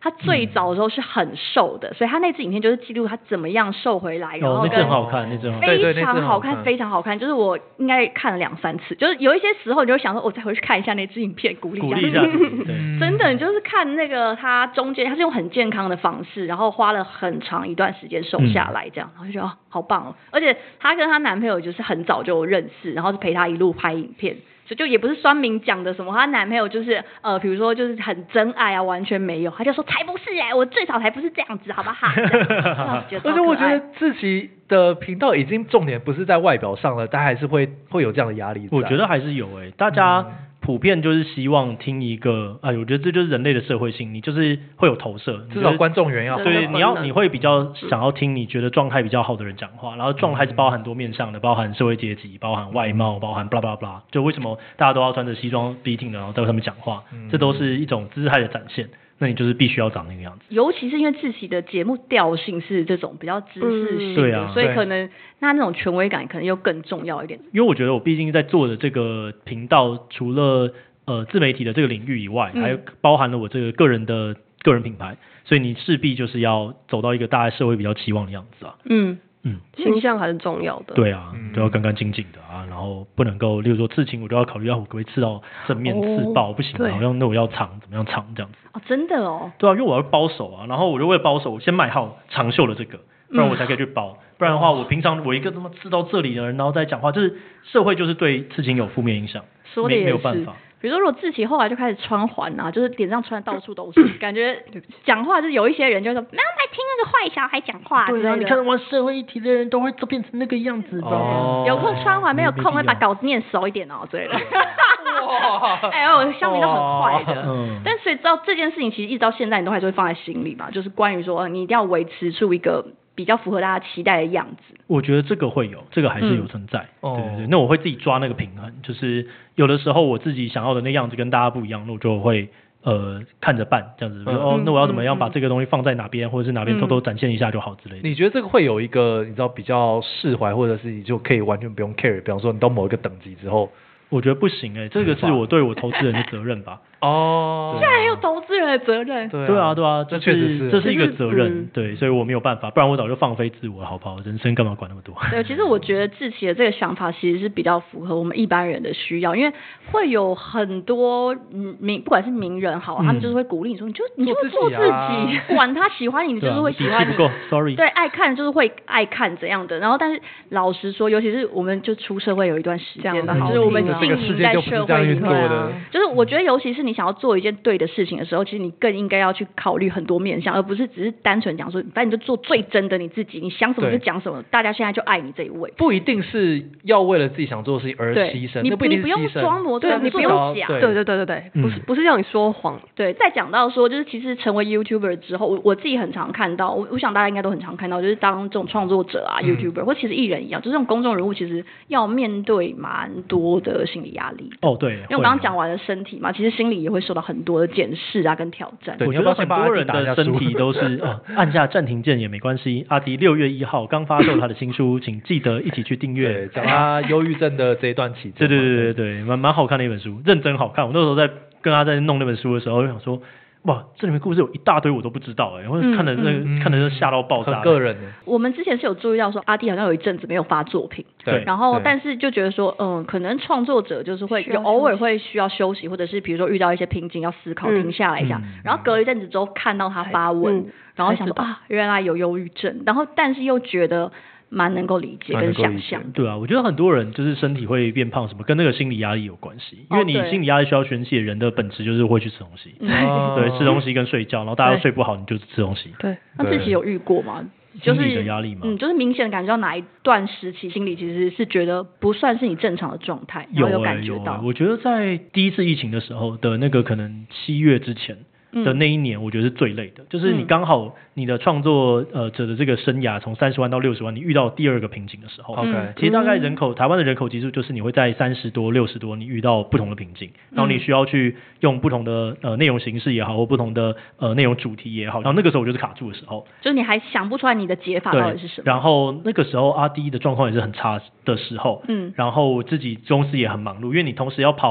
他最早的时候是很瘦的，所以他那支影片就是记录他怎么样瘦回来，然后那很好看，那真好看， 非常好看，非常好看。就是我应该看了2-3次，就是有一些时候你就会想说，我再回去看一下那支影片，鼓励一下。真的，你就是看那个他中间，他是用很健康的方式，然后花了很长一段时间瘦下来，这样，然后就觉得好棒哦。而且她跟她男朋友就是很早就认识，然后是陪她一路拍影片。所以就也不是酸民讲的什么，她男朋友就是比如说就是很真爱啊，完全没有，他就说才不是我最少才不是这样子，好不好？而且我觉得志祺的频道已经重点不是在外表上了，但还是会有这样的压力。 我觉得还是有大家普遍就是希望听一个，我觉得这就是人类的社会性，你就是会有投射， 至少观众缘要对，你会比较想要听你觉得状态比较好的人讲话，然后状态是包含很多面向的，包含社会阶级，包含外貌，包含 blah blah blah， 就为什么大家都要穿着西装笔挺的，然后在上面讲话，这都是一种姿态的展现。那你就是必须要长那个样子， 尤其是因为志祺的节目调性是这种比较知识性的， 对啊， 所以可能那种权威感可能又更重要一点。 因为我觉得我毕竟在做的这个频道，除了自媒体的这个领域以外，还有包含了我这个个人品牌，所以你势必就是要走到一个大家社会比较期望的样子啊。 形象还是重要的。 对啊，都要干干净净的啊，然后不能够，例如说刺青，我就要考虑到我可不可以刺到正面刺爆，不行，好像那我要藏，怎么样藏这样子。 真的哦。 对啊，因为我要包手啊，然后我就为了包手，我先买好长袖的这个，不然我才可以去包。不然的话，我平常我一个他妈刺到这里的人，然后再讲话，就是社会就是对刺青有负面影响， 说的也是没有办法。 比如说，如果志祺后来就开始穿环啊，就是脸上穿的到处都是，感觉讲话就是有一些人就说，不要来听那个坏小孩讲话。 对啊，你看玩社会议题的人都会都变成那个样子。 有空穿环，没有空会把稿子念熟一点哦之类的。我乡民都很坏的。但所以知道这件事情，其实一直到现在你都还是会放在心里嘛，就是关于说你一定要维持出一个比较符合大家期待的样子。 我觉得这个会有，这个还是有存在。对，那我会自己抓那个平衡，就是有的时候我自己想要的那样子跟大家不一样，那我就会看着办这样子。那我要怎么样把这个东西放在哪边，或者是哪边偷偷展现一下就好之类的。 你觉得这个会有一个你知道比较释怀，或者是你就可以完全不用 care， 比方说你到某一个等级之后。 我觉得不行这个是我对我投资人的责任吧。 现在还有投资人的责任。 对啊， 这确实是， 这是一个责任。对，所以我没有办法，不然我早就放飞自我了，好不好？人生干嘛管那么多？ 对，其实我觉得志祺的这个想法其实是比较符合我们一般人的需要，因为会有很多不管是名人好，他们就是会鼓励你说，你就做自己，管他喜欢你就是会喜欢你。 不够 ，sorry。 对，爱看就是会爱看怎样的。然后，但是老实说，尤其是我们就出社会有一段时间了，就是我们经营在社会里面，就是我觉得，尤其是你想要做一件对的事情的时候，其实你更应该要去考虑很多面向，而不是只是单纯讲说，反正你就做最真的你自己，你想什么就讲什么，大家现在就爱你这一位。 不一定是要为了自己想做的事情而牺牲， 你不用装模作样，你不用假， 对，不是让你说谎。 对，再讲到说，就是其实成为 YouTuber 之后，我自己很常看到，我想大家应该都很常看到，就是当这种创作者啊，YouTuber 或其实艺人一样，就是这种公众人物，其实要面对蛮多的心理压力。 对， 因为我刚刚讲完了身体嘛，其实心理也会受到很多的检视啊跟挑战。 我觉得很多人的身体都是按下暂停键也没关系。阿迪6月1号刚发售他的新书，请记得一起去订阅。 讲他忧郁症的这一段期间。 对，蛮好看的一本书，认真好看。我那时候在跟他在弄那本书的时候，就想说，哇，这里面故事有一大堆我都不知道我看的就吓到爆炸。 很个人的。 我们之前是有注意到说，阿迪好像有一阵子没有发作品， 对， 然后但是就觉得说，可能创作者就是会偶尔会需要休息，或者是比如说遇到一些瓶颈要思考，停下来一下，然后隔一阵子之后看到他发文，然后想说原来有忧郁症，然后但是又觉得蛮能够理解跟想象。 对啊，我觉得很多人就是身体会变胖什么，跟那个心理压力有关系。因为你心理压力需要宣泄，人的本质就是会去吃东西。对，吃东西跟睡觉，然后大家都睡不好，你就吃东西。 对，那自己有遇过吗？ 心理的压力嘛， 就是明显感觉到哪一段时期心里其实是觉得不算是你正常的状态，有感觉到。 我觉得在第一次疫情的时候的那个可能7月之前的那一年，我觉得是最累的，就是你刚好你的创作者的这个生涯从30万到60万，你遇到第二个瓶颈的时候，其实大概台湾的人口基数就是你会在30多、60多，你遇到不同的瓶颈，然后你需要去用不同的内容形式也好，或不同的内容主题也好，然后那个时候我就是卡住的时候， 就是你还想不出来你的解法到底是什么。 然后那个时候阿滴的状况也是很差的时候，然后自己公司也很忙碌，因为你同时要跑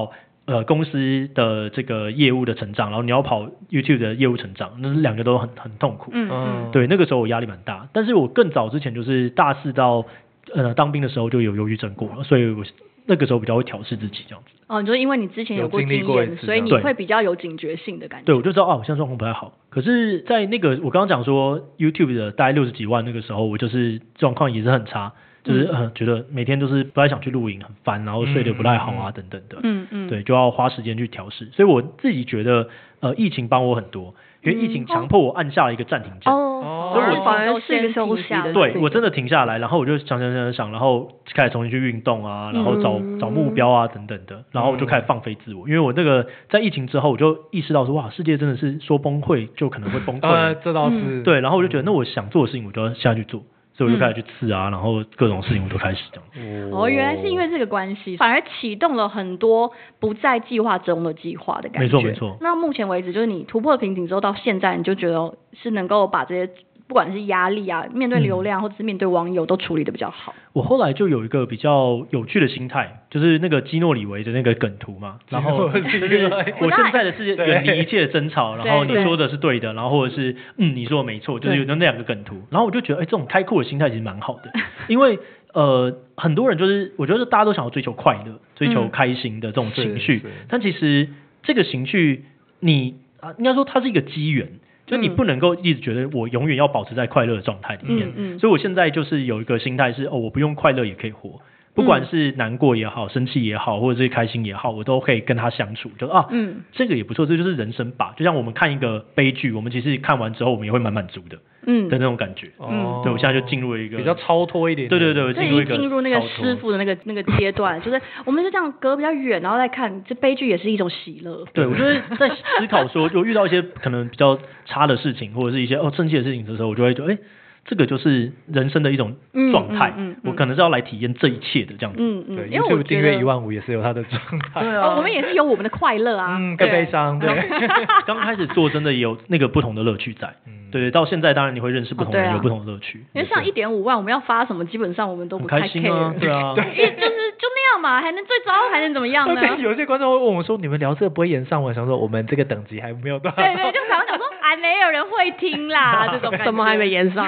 公司的这个业务的成长，然后你要跑 YouTube 的业务成长，那两个都很痛苦。对，那个时候我压力蛮大，但是我更早之前就是大4到当兵的时候就有忧郁症过了，所以我那个时候比较会调试自己这样子。 你说因为你之前有过经验，所以你会比较有警觉性的感觉。 对，我就知道我现在状况不太好。可是，在那个我刚刚讲说 YouTube 的大概60几万那个时候，我就是状况也是很差。就是觉得每天都是不太想去露营，很烦，然后睡得不太好啊，等等的。对，就要花时间去调试。所以我自己觉得，疫情帮我很多，因为疫情强迫我按下了一个暂停键。 所以我反而是一个休息的。 对，我真的停下来，然后我就想，然后开始重新去运动啊，然后找目标啊，等等的，然后我就开始放飞自我。因为我那个在疫情之后，我就意识到说，哇，世界真的是说崩溃就可能会崩溃。 这倒是。 对，然后我就觉得，那我想做的事情，我就要现在去做。所以我就开始去刺啊，然后各种事情我都开始这样。 原来是因为这个关系，反而启动了很多不在计划中的计划的感觉。 没错。 那目前为止，就是你突破瓶颈之后，到现在你就觉得是能够把这些不管是压力啊、面对流量或者是面对网友都处理的比较好。 我后来就有一个比较有趣的心态，就是那个基诺里维的那个梗图嘛，然后就是我现在的世界远离一切的争吵，然后你说的是对的，然后或者是你说的没错，就是有那两个梗图，然后我就觉得这种开阔的心态其实蛮好的，因为很多人就是我觉得大家都想要追求快乐、追求开心的这种情绪，但其实这个情绪应该说它是一个机缘。就你不能够一直觉得我永远要保持在快乐的状态里面，所以我现在就是有一个心态是我不用快乐也可以活，不管是难过也好、生气也好，或者是开心也好，我都可以跟他相处。就这个也不错，这就是人生吧。就像我们看一个悲剧，我们其实看完之后，我们也会蛮满足的。的那种感觉。对，我现在就进入了一个比较超脱一点。 对，我进入那个师傅的那个阶段，就是我们就这样隔比较远，然后再看这悲剧也是一种喜乐。 对，我就会在思考说，有遇到一些可能比较差的事情，或者是一些生气的事情的时候，我就会觉得这个就是人生的一种状态，我可能是要来体验这一切的这样子。 对，因为我订阅15000也是有它的状态。 对啊， 我们也是有我们的快乐啊， 更悲伤。对， 刚开始做真的也有那个不同的乐趣在。对，到现在当然你会认识不同的人，有不同的乐趣。 因为像1.5万，我们要发什么，基本上我们都不太 care。 对啊， 就那样嘛，还能最糟还能怎么样呢？ 有些观众会问我说：“你们聊这个不会延上？”我想说，我们这个等级还没有到。 对，就常常讲说，没有人会听啦，这种感觉。 怎么还没延上？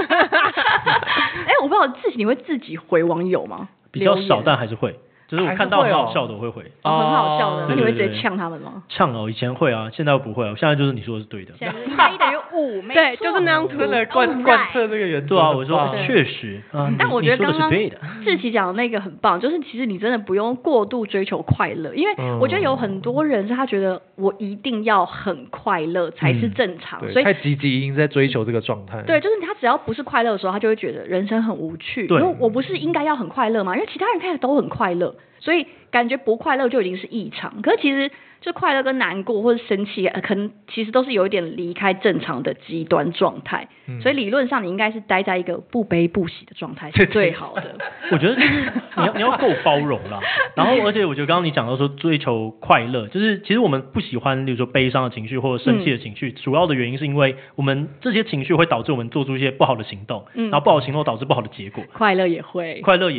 我不知道志祺你会自己回网友吗？ 比较少，但还是会。就是我看到很好笑的我会回， 很好笑的，那你会直接呛他们吗？ 呛以前会啊，现在不会啊，现在就是你说的是对的。 现在1等于5， 对，就是那样真的贯彻这个原则。 对啊，我说确实但我觉得刚刚志祺讲的那个很棒，就是其实你真的不用过度追求快乐，因为我觉得有很多人是他觉得我一定要很快乐才是正常，所以太积极已经在追求这个状态。 对，就是他只要不是快乐的时候，他就会觉得人生很无趣。因为我不是应该要很快乐吗？因为其他人看起来都很快乐。所以感觉不快乐就已经是异常，可是其实就快乐跟难过或者生气，可能其实都是有一点离开正常的极端状态。所以理论上你应该是待在一个不悲不喜的状态是最好的。 我觉得就是你要够包容啦。然后而且我觉得刚刚你讲到说追求快乐，就是其实我们不喜欢，比如说悲伤的情绪或者生气的情绪，主要的原因是因为我们这些情绪会导致我们做出一些不好的行动，然后不好的行动导致不好的结果。 快乐也会。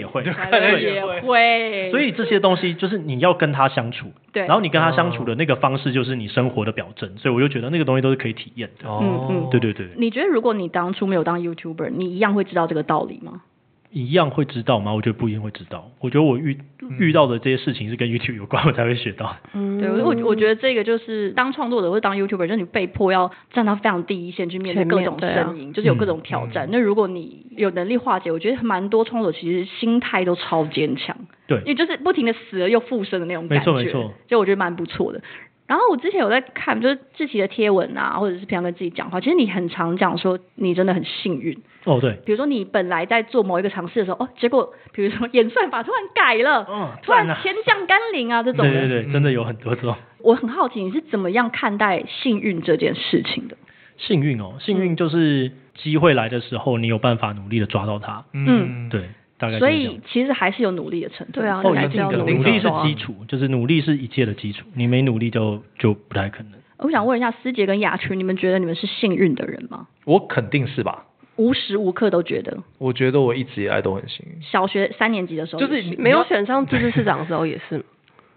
所以这些东西就是你要跟他相处， 对， 然后你跟他相处的那个方式就是你生活的表征，所以我就觉得那个东西都是可以体验的。对。 你觉得如果你当初没有当 YouTuber， 你一样会知道这个道理吗？ 一样会知道吗？我觉得不一定会知道。我觉得我遇到的这些事情是跟 YouTube 有关，我才会学到。 对，我觉得这个就是当创作者或者当 YouTuber， 就是你被迫要站到非常第一线去面对各种声音，就是有各种挑战。那如果你有能力化解，我觉得蛮多创作者其实心态都超坚强。 对， 因为就是不停的死了又复生的那种感觉。 没错， 就我觉得蛮不错的。然后我之前有在看，就是志祺的贴文啊，或者是平常跟自己讲话，其实你很常讲说你真的很幸运。 对。 比如说你本来在做某一个尝试的时候，结果比如说演算法突然改了，突然天降甘霖啊这种的。 对，真的有很多这种。 我很好奇你是怎么样看待幸运这件事情的？ 幸运就是机会来的时候，你有办法努力的抓到它。对。 所以其实还是有努力的成分。 对啊， 努力是基础，就是努力是一切的基础，你没努力就不太可能。 我想问一下思杰跟雅群，你们觉得你们是幸运的人吗？ 我肯定是吧， 无时无刻都觉得。 我觉得我一直以来都很幸运。 小学3年级的时候就是没有选上自治市长的时候也是。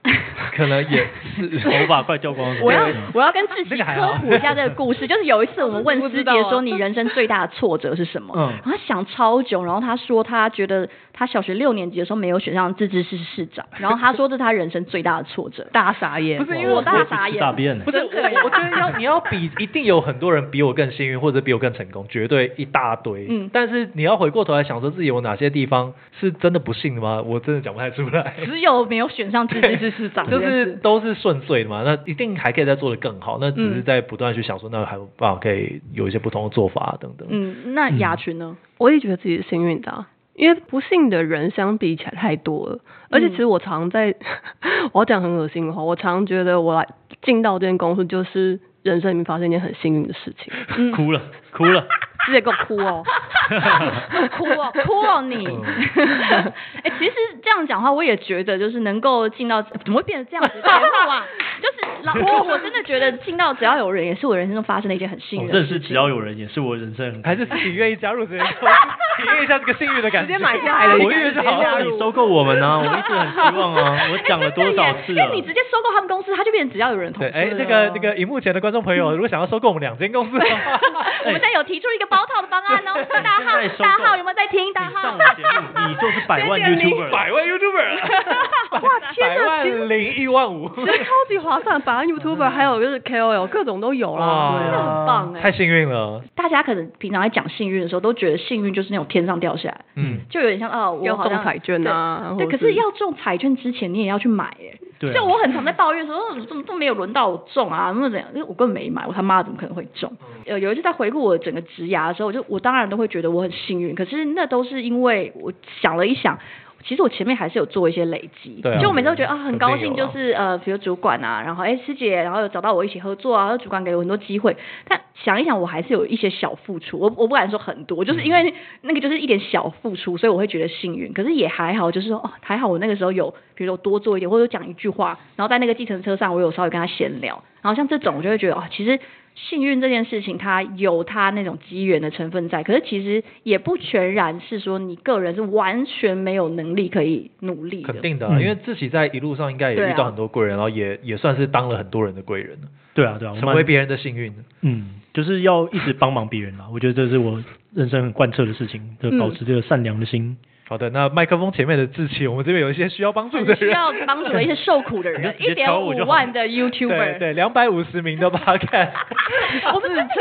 可能也是头发快掉光了。 我要跟志祺科普一下这个故事，就是有一次我们问师姐说你人生最大的挫折是什么，然后他想超久，然后他说他觉得他小学6年级的时候没有选上自治市市长，然后他说这是他人生最大的挫折， 大傻眼。 不是因为我大傻眼， 不是我觉得你要比，一定有很多人比我更幸运或者比我更成功，绝对一大堆。但是你要回过头来想说自己有哪些地方是真的不幸的吗？我真的讲不太出来。 只有没有选上自治市市长， 就是都是顺遂的嘛，那一定还可以再做得更好，那只是在不断去想说那还有办法可以有一些不同的做法等等。 那雅群呢？ 我也觉得自己是幸运的啊，因为不幸的人相比起来太多了，而且其实我常在我要讲很恶心的话，我常觉得我来进到这间公司就是人生里面发生一件很幸运的事情。 哭了直接给我哭哦哭哦你！其实这样讲话，我也觉得就是能够进到怎么会变成这样子的节目啊？就是我真的觉得进到只要有人，也是我人生中发生的一件很幸运的事情。 认识只要有人，也是我人生还是自己愿意加入这间公司，体验一下这个幸运的感觉。 直接买下来了， 我以为是好好你收购我们啊，我一直很希望啊，我讲了多少次了？ 因为你直接收购他们公司，他就变成只要有人投资。 对，这个荧幕前的观众朋友，如果想要收购我们2间公司的话， 我们现在有提出一个包套的方案哦。大号有没有在听？大号上节目，你就是100万 YouTuber， 100万 YouTuber， 哇天哪，100万零1万5， 其实超级划算，100万 YouTuber 还有就是 KOL 各种都有啦， 真的很棒太幸运了。 大家可能平常在讲幸运的时候，都觉得幸运就是那种天上掉下来，就有点像我好像要中彩券啊， 对，可是要中彩券之前你也要去买对啊， 就我很常在抱怨说，怎么都没有轮到我中啊，那怎样？因为我根本没买，我他妈怎么可能会中？有一次在回顾我整个职涯的时候，我当然都会觉得我很幸运，可是那都是因为我想了一想。其实我前面还是有做一些累积，就我每次都觉得很高兴，就是比如主管啊，然后师姐，然后有找到我一起合作啊，主管给我很多机会，但想一想我还是有一些小付出，我不敢说很多，就是因为那个就是一点小付出，所以我会觉得幸运，可是也还好，就是说还好我那个时候有比如说多做一点，或者讲一句话，然后在那个计程车上我有稍微跟他闲聊，然后像这种我就会觉得其实幸运这件事情它有它那种机缘的成分在，可是其实也不全然是说你个人是完全没有能力可以努力的。 肯定的因为自己在一路上应该也遇到很多贵人，然后也算是当了很多人的贵人。 对啊， 成为别人的幸运。 就是要一直帮忙别人啦，我觉得这是我人生很贯彻的事情，就保持这个善良的心。 好的，那麦克风前面的志祺，我们这边有一些需要帮助的人， 需要帮助的一些受苦的人，1.5万的 YouTuber， 对，250名的 Podcast， 我们只有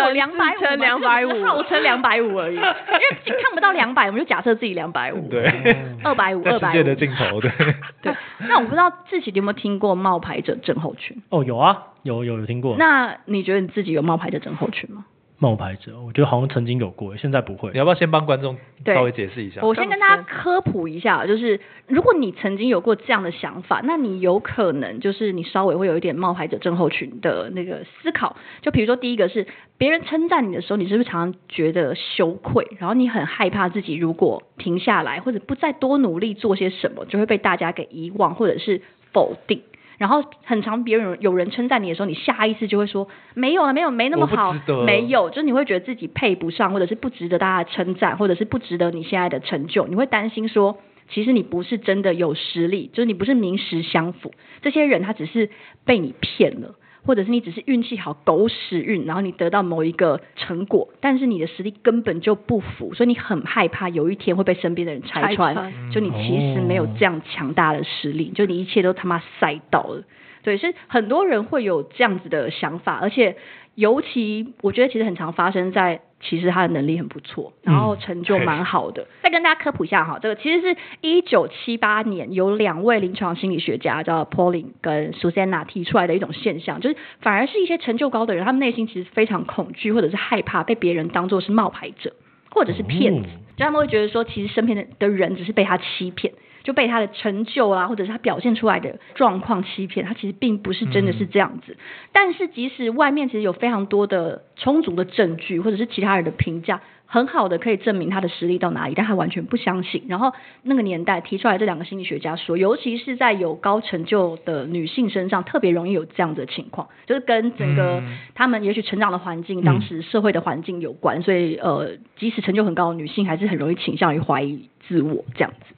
250，号称250而已，因为看不到200，我们就假设自己250， 对 ，250， 世界的尽头，对。 那我不知道志祺你有没有听过冒牌者症候群？ 有啊，有听过。 那你觉得你自己有冒牌者症候群吗？ 冒牌者，我觉得好像曾经有过，现在不会。 你要不要先帮观众稍微解释一下？ 我先跟大家科普一下，就是如果你曾经有过这样的想法，那你有可能就是你稍微会有一点冒牌者症候群的那个思考。就比如说第一个是别人称赞你的时候，你是不是常常觉得羞愧，然后你很害怕自己如果停下来或者不再多努力做些什么，就会被大家给遗忘或者是否定。然后很常别人有人称赞你的时候，你下意识就会说没有没那么好，没有，就是你会觉得自己配不上，或者是不值得大家称赞，或者是不值得你现在的成就，你会担心说其实你不是真的有实力，就是你不是名实相符，这些人他只是被你骗了，或者是你只是运气好狗屎运，然后你得到某一个成果，但是你的实力根本就不符，所以你很害怕有一天会被身边的人拆穿，就你其实没有这样强大的实力，就你一切都他妈赛到了。对，是很多人会有这样子的想法，而且尤其我觉得其实很常发生在其实他的能力很不错，然后成就蛮好的。再跟大家科普一下哈，这个其实是1978年有2位临床心理学家叫 Pauling 跟 Susanna 提出来的一种现象，就是反而是一些成就高的人，他们内心其实非常恐惧或者是害怕被别人当作是冒牌者或者是骗子，就他们会觉得说其实身边的人只是被他欺骗，就被他的成就啊，或者是他表现出来的状况欺骗，他其实并不是真的是这样子。但是即使外面其实有非常多的充足的证据，或者是其他人的评价，很好的可以证明他的实力到哪里，但他完全不相信。然后那个年代提出来这2个心理学家说，尤其是在有高成就的女性身上，特别容易有这样的情况，就是跟整个他们也许成长的环境，当时社会的环境有关。所以即使成就很高的女性，还是很容易倾向于怀疑自我这样子。 懂。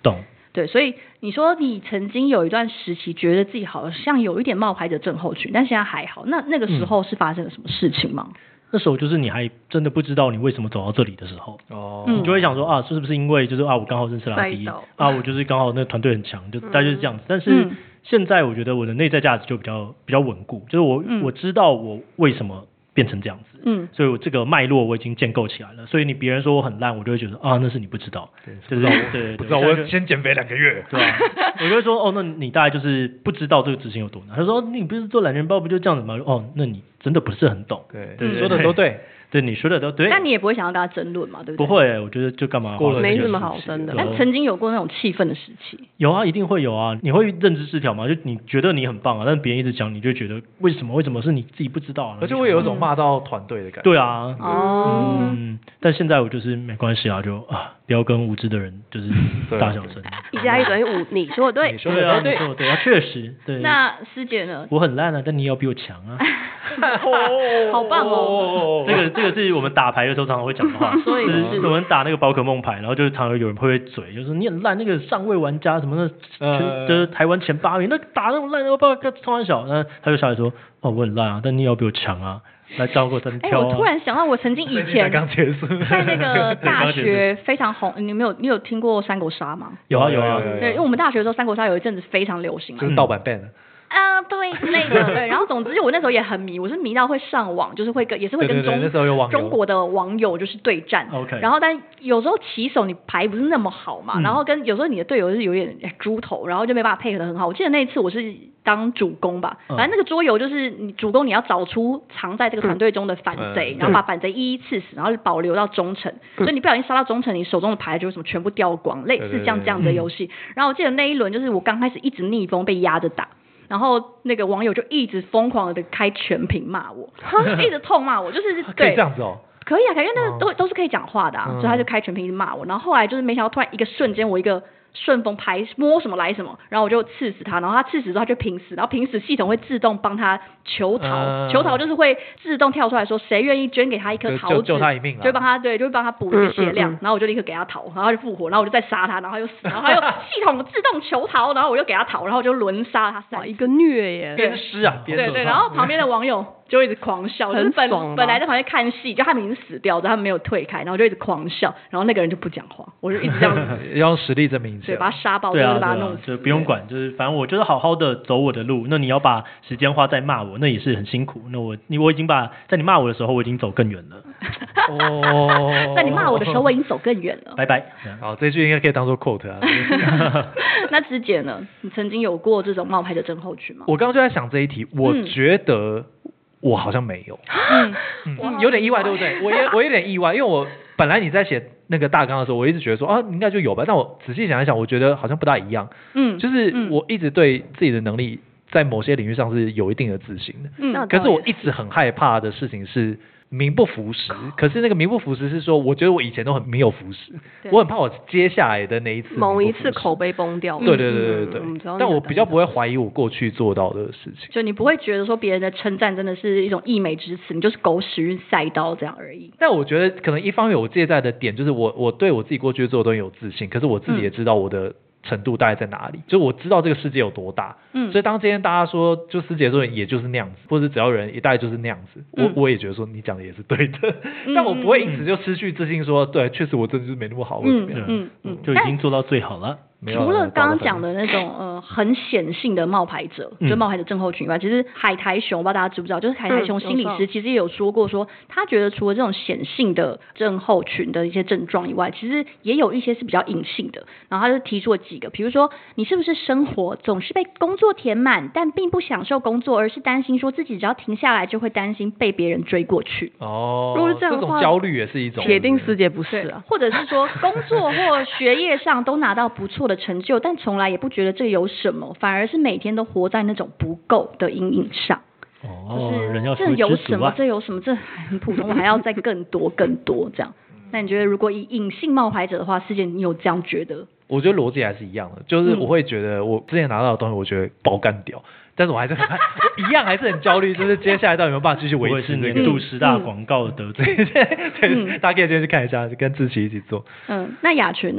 对，所以你说你曾经有一段时期觉得自己好像有一点冒牌者症候群，但现在还好，那个时候是发生了什么事情吗？ 那时候就是你还真的不知道你为什么走到这里的时候，你就会想说啊，是不是因为就是啊我刚好认识拉迪啊，我就是刚好那个团队很强，就大概就是这样子。但是现在我觉得我的内在价值就比较稳固，就是我知道我为什么变成这样子，所以我这个脉络我已经建构起来了。所以你别人说我很烂，我就会觉得啊，那是你不知道，对， 不知道我先减肥2个月， 对吧？我就会说哦，那你大概就是不知道这个执行有多难。他说你不是做懒人包不就这样子吗？哦，那你真的不是很懂， 对，说的都对。 对，你说的都对， 但你也不会想要跟他争论嘛，对不对？ 不会，我觉得就干嘛过了， 没什么好争的。 但曾经有过那种气愤的时期， 有啊，一定会有啊。你会认知失调吗？就你觉得你很棒啊，但别人一直讲，你就觉得为什么是你自己不知道啊？ 而且会有一种骂到团队的感觉。 对啊，但现在我就是没关系啊，就不要跟无知的人就是大小声。 1+1=5，你说的对， 你说的对，确实对。 那师姐呢？ 我很烂啊，但你要比我强啊。 好棒哦！ 这个是我们打牌的时候常常会讲的话， 所以是我们打那个宝可梦牌，然后就是常常有人会嘴，就是你很烂，那个上位玩家什么的，就是台湾前8名，那打那种烂的，我不知道超小，那他就下来说，哦，我很烂啊，但你要比我强啊，来教我单挑啊。 我突然想到，我曾经以前在那个大学非常红，你有听过三国杀吗？ 有啊。 对，因为我们大学的时候，三国杀有一阵子非常流行嘛， 就是盗版 ban 的。 对之类的，对，然后总之我那时候也很迷，我是迷到会上网，就是也是会跟中国的网友就是对战。 OK。 然后但有时候棋手你牌不是那么好嘛，然后跟有时候你的队友是有点猪头，然后就没办法配合的很好。我记得那一次我是当主攻吧，反正那个桌游就是你主攻你要找出藏在这个团队中的反贼，然后把反贼一一刺死，然后保留到忠诚。所以你不小心杀到忠诚，你手中的牌就会什么全部掉光，类似这样的游戏。然后我记得那一轮就是我刚开始一直逆风被压着打。然后那个网友就一直疯狂的开全屏骂我，一直痛骂我，就是可以这样子哦， 可以啊，因为那个都是可以讲话的啊，所以他就开全屏一直骂我。然后后来就是没想到突然一个瞬间，我一个顺风牌摸什么来什么，然后我就刺死他，然后他刺死之后他就平死，然后平死系统会自动帮他求桃，求桃就是会自动跳出来说谁愿意捐给他一颗桃子， 救他一命啊， 就会帮他补一个血量，然后我就立刻给他桃，然后他就复活，然后我就再杀他，然后他又死，然后他又系统自动求桃，然后我又给他桃，然后我就轮杀他3， 一个虐耶， 鞭尸啊， 对，然后旁边的网友就一直狂笑， 很爽。 本来在旁边看戏，就他们已经死掉，他们没有退开，然后就一直狂笑，然后那个人就不讲话，我就一直这样子， 要用实力证明一下， 对，把他杀爆， 对啊， 就把他弄死， 就不用管，就是反正我就是好好的走我的路。那你要把时间花在骂我，那也是很辛苦。那我已经在你骂我的时候，我已经走更远了。 在你骂我的时候，我已经走更远了。 拜拜。 好，这句应该可以当做 quote 啊。 那芝姐呢？你曾经有过这种冒牌的症候群吗？ 我刚刚就在想这一题，我觉得我好像没有，有点意外，对不对？我有点意外，因为我本来你在写那个大纲的时候，我一直觉得说应该就有吧，但我仔细想一想，我觉得好像不大一样。就是我一直对自己的能力在某些领域上是有一定的自信的，可是我一直很害怕的事情是名不符实。可是那个名不符实是说，我觉得我以前都很没有符实，我很怕我接下来的那一次某一次口碑崩掉。 对，但我比较不会怀疑我过去做到的事情， 就你不会觉得说别人的称赞真的是一种溢美之词，你就是狗屎运赛刀这样而已。 但我觉得可能一方面我介在的点就是我对我自己过去做的东西有自信，可是我自己也知道我的程度大概在哪里，就我知道这个世界有多大，所以当今天大家说就师姐说也就是那样子，或者只要人一代就是那样子，我也觉得说你讲的也是对的，但我不会因此就失去自信说对，确实我真的就是没那么好，或者怎么样， 就已经做到最好了。 除了刚刚讲的那种很显性的冒牌者，就冒牌者症候群以外，其实海苔熊，不知道大家知不知道，就是海苔熊心理师其实也有说过说，他觉得除了这种显性的症候群的一些症状以外，其实也有一些是比较隐性的。然后他就提出了几个，比如说你是不是生活总是被工作填满，但并不享受工作，而是担心说自己只要停下来就会担心被别人追过去。 如果是这样的话， 这种焦虑也是一种， 铁定师姐不是啊， 或者是说工作或学业上都拿到不错的成就，但从来也不觉得这有什么，反而是每天都活在那种不够的阴影上。 人要这有什么？这有什么？这很普通，我还要再更多更多这样。那你觉得如果以隐性冒牌者的话，师姐你有这样觉得？ 我觉得逻辑还是一样的，就是我会觉得我之前拿到的东西，我觉得爆干掉，但是我还是我一样还是很焦虑，就是接下来到底有没有办法继续维持。 是年度10大广告得罪， 对，大家可以今天去看一下，跟志祺一起做。 那雅群呢？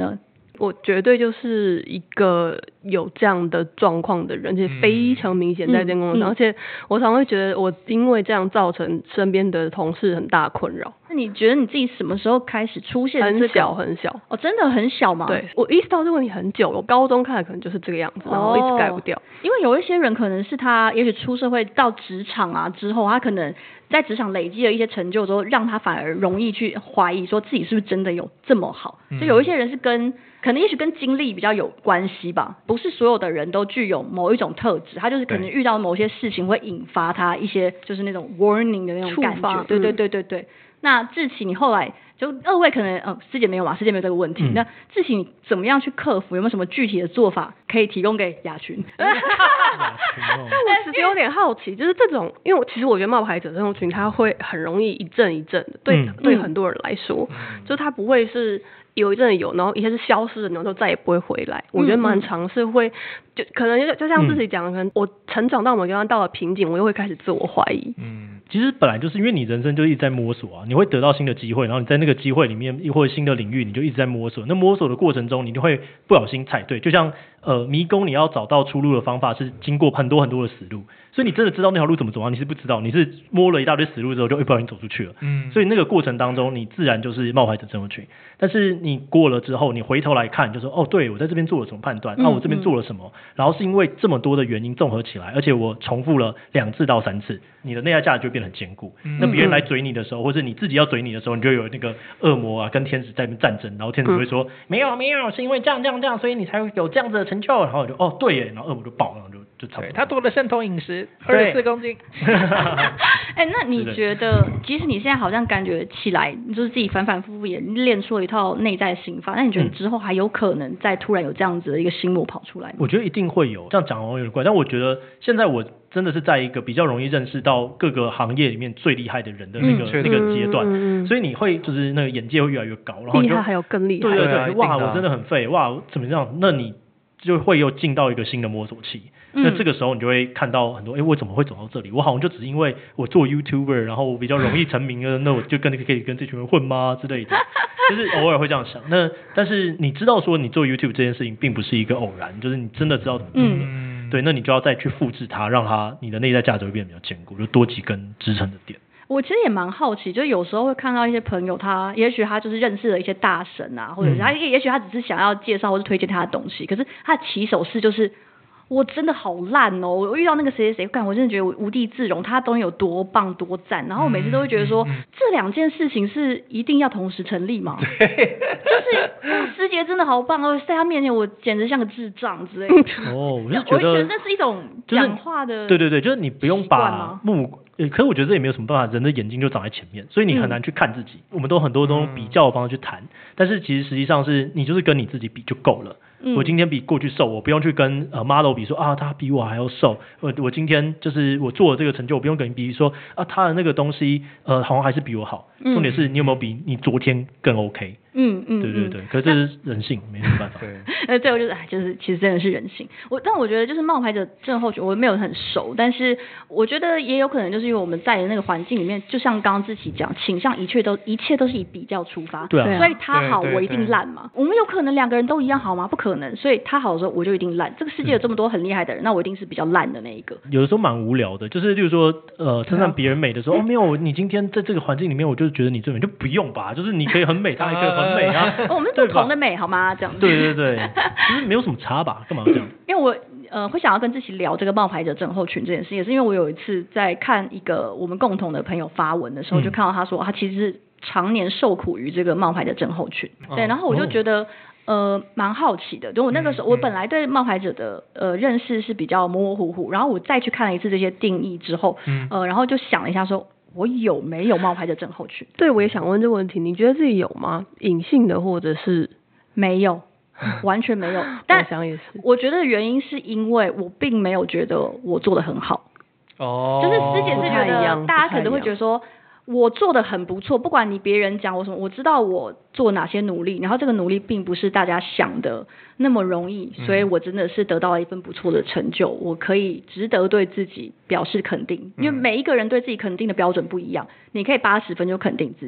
我绝对就是一个有这样的状况的人，而且非常明显在这间工作上，而且我常会觉得我因为这样造成身边的同事很大困扰。 那你觉得你自己什么时候开始出现很小很小哦，真的很小吗？ 对，我意识到这个问题很久了，我高中看的可能就是这个样子，然后一直改不掉。 因为有一些人可能是他也许出社会到职场啊之后，他可能在职场累积了一些成就之后，让他反而容易去怀疑说自己是不是真的有这么好。所以有一些人是可能也许跟经历比较有关系吧，不是所有的人都具有某一种特质，他就是可能遇到某些事情会引发他一些就是那种 warning 的那种感觉。对对对对对。那志祺你后来就二位可能师姐没有嘛，师姐没有这个问题。那志祺你怎么样去克服？有没有什么具体的做法可以提供给雅群？ 但我其实有点好奇，就是这种，因为其实我觉得冒牌者症候群它会很容易一阵一阵的，对很多人来说，就它不会是有一阵有，然后一下是消失的，然后就再也不会回来。我觉得蛮常是会，就可能就像自己讲的，可能我成长到某个地方到了瓶颈，我又会开始自我怀疑。 其实本来就是因为你人生就一直在摸索啊，你会得到新的机会，然后你在那个机会里面或者新的领域，你就一直在摸索。那摸索的过程中，你就会不小心踩对，就像迷宫，你要找到出路的方法是经过很多很多的死路，所以你真的知道那条路怎么走啊？你是不知道，你是摸了一大堆死路之后就不小心走出去了。所以那个过程当中，你自然就是冒牌者症候群。但是你过了之后，你回头来看，就说哦，对我在这边做了什么判断，我这边做了什么，然后是因为这么多的原因综合起来，而且我重复了2次到3次，你的内在价值就会变得很坚固。那别人来追你的时候，或者你自己要追你的时候，你就有那个恶魔啊跟天使在那边战争，然后天使会说没有，是因为这样，所以你才会有这样子的成就。然后我就哦对耶，然后恶魔就爆，然后就差不多。 他多了生酮饮食24公斤。 那你觉得，即使你现在好像感觉起来，就是自己反反复复也练出了一套内在心法，那你觉得之后还有可能再突然有这样子的一个心魔跑出来吗？ 我觉得一定会有，这样讲好像有点怪，但我觉得现在我真的是在一个比较容易认识到各个行业里面最厉害的人的那个阶段，所以你会就是那个眼界会越来越高，然后厉害还有更厉害， 对，哇，我真的很废，哇，怎么样？那你就会又进到一个新的摸索期。那这个时候你就会看到很多，我怎么会走到这里？我好像就只是因为我做 YouTuber， 然后我比较容易成名了，那我就可以跟这群人混吗之类的？就是偶尔会这样想。那但是你知道说你做 YouTube 这件事情并不是一个偶然，就是你真的知道怎么做的。对，那你就要再去复制它，让你的内在价值会变得比较坚固，就多几根支撑的点。 我其实也蛮好奇，就有时候会看到一些朋友，也许他就是认识了一些大神啊，或者是也许他只是想要介绍或是推荐他的东西，可是他的起手式就是我真的好烂哦！我遇到那个谁，干，我真的觉得我无地自容，他的东西有多棒多赞，然后我每次都会觉得说，这2件事情是一定要同时成立吗？就是师姐真的好棒哦，在他面前我简直像个智障之类的。 我是觉得那是一种讲话的， 对，就是你不用把可是我觉得这也没有什么办法，人的眼睛就长在前面，所以你很难去看自己。我们都很多都用比较的方式去谈，但是其实实际上是你就是跟你自己比就够了。我今天比过去瘦，我不用去跟model 比说啊他比我还要瘦。我今天就是我做了这个成就，我不用跟你比说啊他的那个东西好像还是比我好。重点是你有没有比你昨天更 OK。对，可是这是人性，没什么办法。 对，我就是其实真的是人性。但我觉得就是冒牌者症候群，我没有很熟，但是我觉得也有可能就是因为我们在的那个环境里面，就像刚刚志祺讲，倾向一切都是以比较出发。 对啊。 所以他好，我一定烂嘛。我们有可能2个人都一样好吗？不可能。所以他好的时候，我就一定烂。这个世界有这么多很厉害的人，那我一定是比较烂的那一个。 有的时候蛮无聊的，就是例如说称赞别人美的时候，没有，你今天在这个环境里面，我就觉得你最美，就不用吧，就是你可以很美，他也可以很美啊。 我们是不同的美好吗？这样子。 对，就是没有什么差吧？干嘛这样？ 因为我会想要跟志祺聊这个冒牌者症候群这件事，也是因为我有一次在看一个我们共同的朋友发文的时候，就看到他说他其实是常年受苦于这个冒牌者症候群。对，然后我就觉得蛮好奇的，就我那个时候我本来对冒牌者的认识是比较模模糊糊，然后我再去看了一次这些定义之后，然后就想了一下说，我有没有冒牌者症候群？ 对，我也想问这个问题，你觉得自己有吗？隐性的或者是没有？完全没有。但我想也是， 我觉得原因是因为我并没有觉得我做得很好。就是师姐是觉得大家可能会觉得说我做得很不错，不管你别人讲我什么，我知道我做哪些努力，然后这个努力并不是大家想的那么容易，所以我真的是得到了一份不错的成就，我可以值得对自己表示肯定。因为每一个人对自己肯定的标准不一样，你可以80分就肯定自己，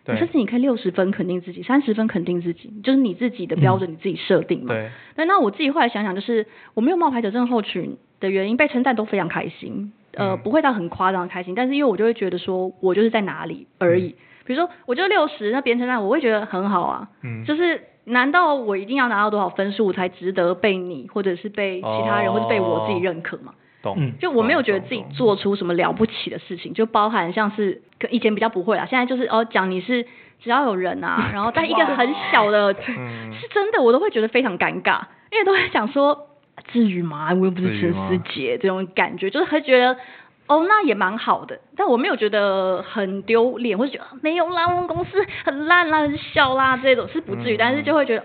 甚至你可以60分肯定自己，30分肯定自己，就是你自己的标准，你自己设定嘛。 对。 那我自己后来想想，就是我没有冒牌者症候群的原因，被称赞都非常开心，不会到很夸张的开心，但是因为我就会觉得说我就是在哪里而已。比如说我就60，那别人称赞我会觉得很好啊。就是难道我一定要拿到多少分数才值得被你或者是被其他人或者被我自己认可嘛？就我没有觉得自己做出什么了不起的事情，就包含像是以前比较不会啦，现在就是讲你是只要有人啊，然后但一个很小的是真的我都会觉得非常尴尬，因为都会想说至于吗？我又不是陈思杰，这种感觉就是会觉得那也蛮好的，但我没有觉得很丢脸，或者觉得没有啦，我们公司很烂啦、很小啦这种是不至于，但是就会觉得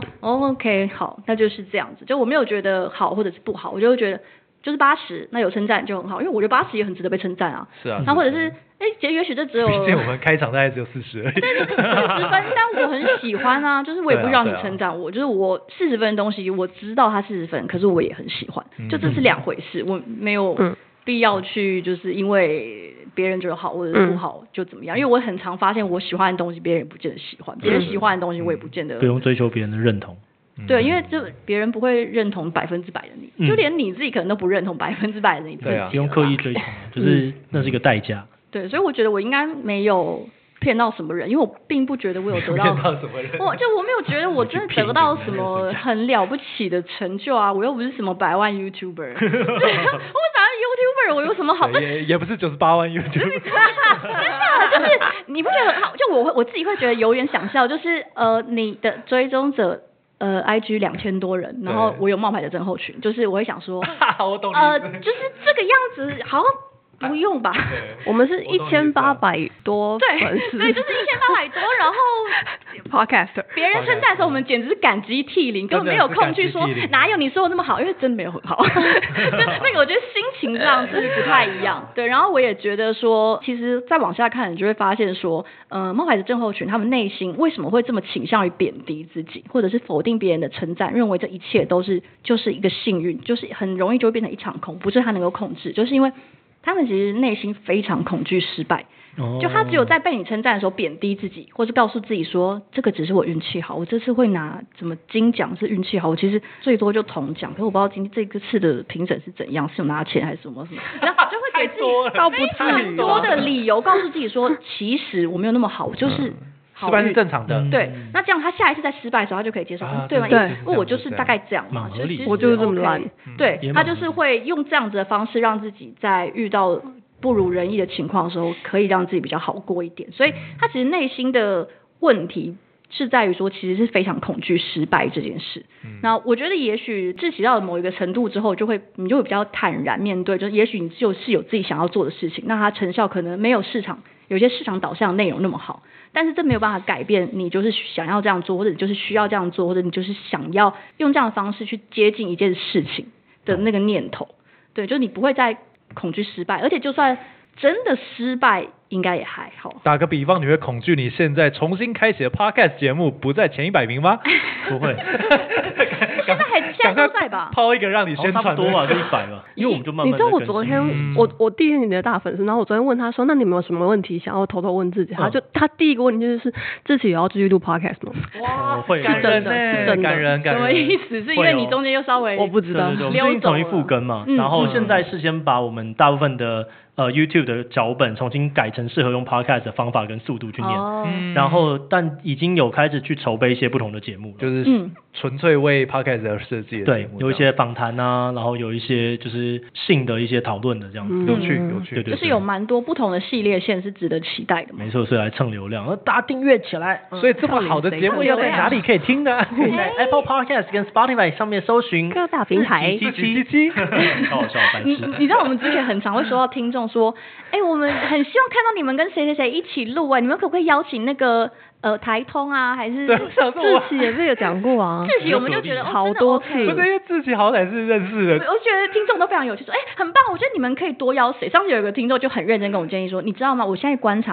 OK 好，那就是这样子，就我没有觉得好或者是不好，我就会觉得就是80，那有称赞就很好，因为我觉得80也很值得被称赞啊。 是啊。 那或者是也许这只有， 毕竟我们开场大概只有40而已。 对，40分，但我很喜欢啊，就是我也不需要你称赞我，就是我40分的东西我知道它40分，可是我也很喜欢，就这是两回事，我没有必要去就是因为别人觉得好或者是不好就怎么样，因为我很常发现我喜欢的东西别人也不见得喜欢，别人喜欢的东西我也不见得。 不用追求别人的认同。 对，因为就别人不会认同100%的你，就连你自己可能都不认同100%的你自己。 对啊，不用刻意追求，就是那是一个代价。 对，所以我觉得我应该没有骗到什么人，因为我并不觉得我有得到骗到什么人， 我没有觉得我真的得到什么很了不起的成就啊，我又不是什么100万 YouTuber， 我反正 YouTuber 我有什么好？ 也不是98万 YouTuber， 真的就是你不觉得很好？就我自己会觉得有点想笑，就是你的追踪者。IG 2000多人，然后我有冒牌者症候群，就是我会想说， 我懂就是这个样子，好像不用吧？ 我们是1800多粉丝， 对，就是1800多，然后 podcaster， 别人称赞的时候，我们简直是感激涕零，根本没有空去说哪有你说的那么好，因为真的没有很好。就那个我觉得心情上是不太一样，对。然后我也觉得说，其实再往下看，你就会发现说，冒牌者症候群他们内心为什么会这么倾向于贬低自己，或者是否定别人的称赞，认为这一切都是就是一个幸运，就是很容易就会变成一场空，不是他能够控制，就是因为他们其实内心非常恐惧失败。就他只有在被你称赞的时候贬低自己，或是告诉自己说这个只是我运气好，我这次会拿什么金奖是运气好，我其实最多就铜奖，可是我不知道这个次的评审是怎样，是有拿钱还是什么，然后就会给自己非常多的理由告诉自己说其实我没有那么好，我就是失败是正常的。 对，那这样他下一次在失败的时候他就可以接受，对吗？ 对， 我就是大概这样嘛， 我就是这么烂。 对，他就是会用这样子的方式让自己在遇到不如人意的情况的时候，可以让自己比较好过一点。所以他其实内心的问题是在于说，其实是非常恐惧失败这件事。那我觉得也许自己到了某一个程度之后，你就会比较坦然面对，就是也许你就是有自己想要做的事情，那它成效可能没有有些市场导向的内容那么好，但是这没有办法改变你就是想要这样做，或者你就是需要这样做，或者你就是想要用这样的方式去接近一件事情的那个念头。对，就是你不会再恐惧失败，而且就算真的失败应该也还好。 打个比方，你会恐惧你现在重新开启的 podcast 节目不在前100名吗？ 不会。 现在都在吧？ 抛一个让你宣传多吧，就100吧，因为我们就慢慢。 你知道我昨天我弟是你的大粉丝，然后我昨天问他说，那你们有什么问题想要偷偷问自己？他第一个问题就是自己也要继续录 podcast 吗？ 哇，会感人是感人。 什么意思？是因为你中间又稍微我不知道溜走了，复更嘛。然后现在是先把我们大部分的YouTube 的脚本重新改成适合用 podcast 的方法跟速度去念，然后但已经有开始去筹备一些不同的节目了， 就是纯粹为 podcast 而设计的节目， 对，有一些访谈啊，然后有一些就是性的一些讨论的这样子， 有趣， 对， 就是有蛮多不同的系列线是值得期待的嘛。 没错，所以来蹭流量，大家订阅起来。 所以这么好的节目要在哪里可以听呢？ 在 Apple Podcast 跟 Spotify 上面搜寻各大平台 777，好笑烦死。 你知道我们之前很常会收到听众说，我们很希望看到你们跟谁谁谁一起录你们可不可以邀请那个台通啊，还是志祺也是有讲过啊？ 志祺我们就觉得好多次， 不是因为志祺好歹是认识的， 我觉得听众都非常有趣，说很棒，我觉得你们可以多邀谁。上次有一个听众就很认真跟我建议说，你知道吗？我现在观察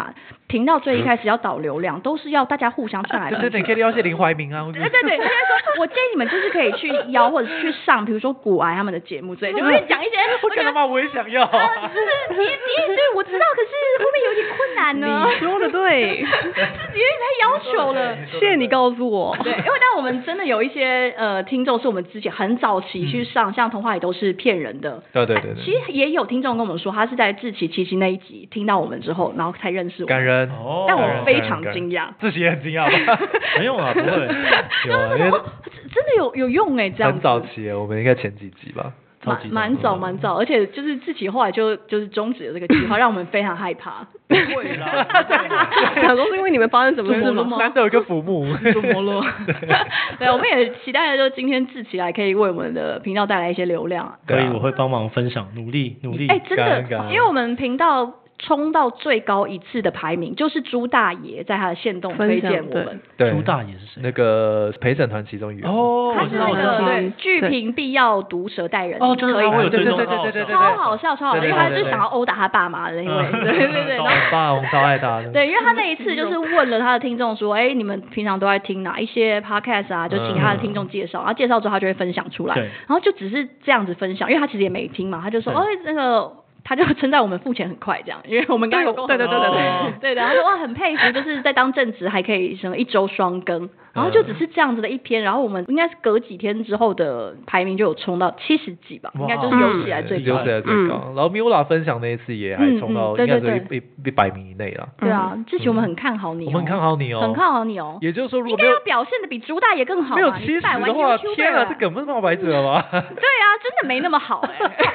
频道最一开始要导流量，都是要大家互相串来串去。 对，可以邀请林怀民啊。 对，他就说，我建议你们就是可以去邀或者是去上，比如说股癌他们的节目之类，就会讲一些。 我看到吗？我也想要。 对，我知道，可是会不会有点困难呢？ 你说的对， 自己有点太要求了。 谢谢你告诉我。 对，因为但我们真的有一些听众是我们之前很早期去上，像童话里都是骗人的。 对。 其实也有听众跟我们说，他是在志祺七七那一集听到我们之后，然后才认识我。 感人。 但我非常惊讶。 自己也很惊讶吧？ 没有啊，不会。 有啊，因为真的有用这样子。 很早期，我们应该前几集吧。 蛮早，而且就是志祺后来就是终止了这个计划，让我们非常害怕。 不会啦， 想说是因为你们发生什么事吗？ 难得有一个浮木， 怎么了？对，我们也期待的就是今天志祺来可以为我们的频道带来一些流量。 可以，我会帮忙分享，努力。 真的，因为我们频道冲到最高一次的排名，就是朱大爷在他的限动推荐我们。 对， 朱大爷是谁？ 那个陪审团其中一员。 他是那个对剧评必要毒舌待人。 真的会有对， 超好笑，因为他就想要殴打他爸妈的，因为对，然后爸我超爱他的。 对，因为他那一次就是问了他的听众说，你们平常都在听哪一些 podcast 啊？就请他的听众介绍，然后介绍之后他就会分享出来，然后就只是这样子分享，因为他其实也没听嘛，他就说那个。他就称赞我们付钱很快，这样，因为我们刚有对， 然后说哇很佩服，就是在当正职还可以什么1周双更，然后就只是这样子的一篇，然后我们应该是隔几天之后的排名就有冲到70几吧，应该就是有史以来最高。 然后 Miula 分享那一次也还冲到应该是100名以内了。 对啊，志祺我们很看好你， 我们很看好你哦， 很看好你哦。 也就是说，如果应该要表现的比朱大爷更好， 没有70的话，天啊，这根本是冒牌者了吧？ 对啊，真的没那么好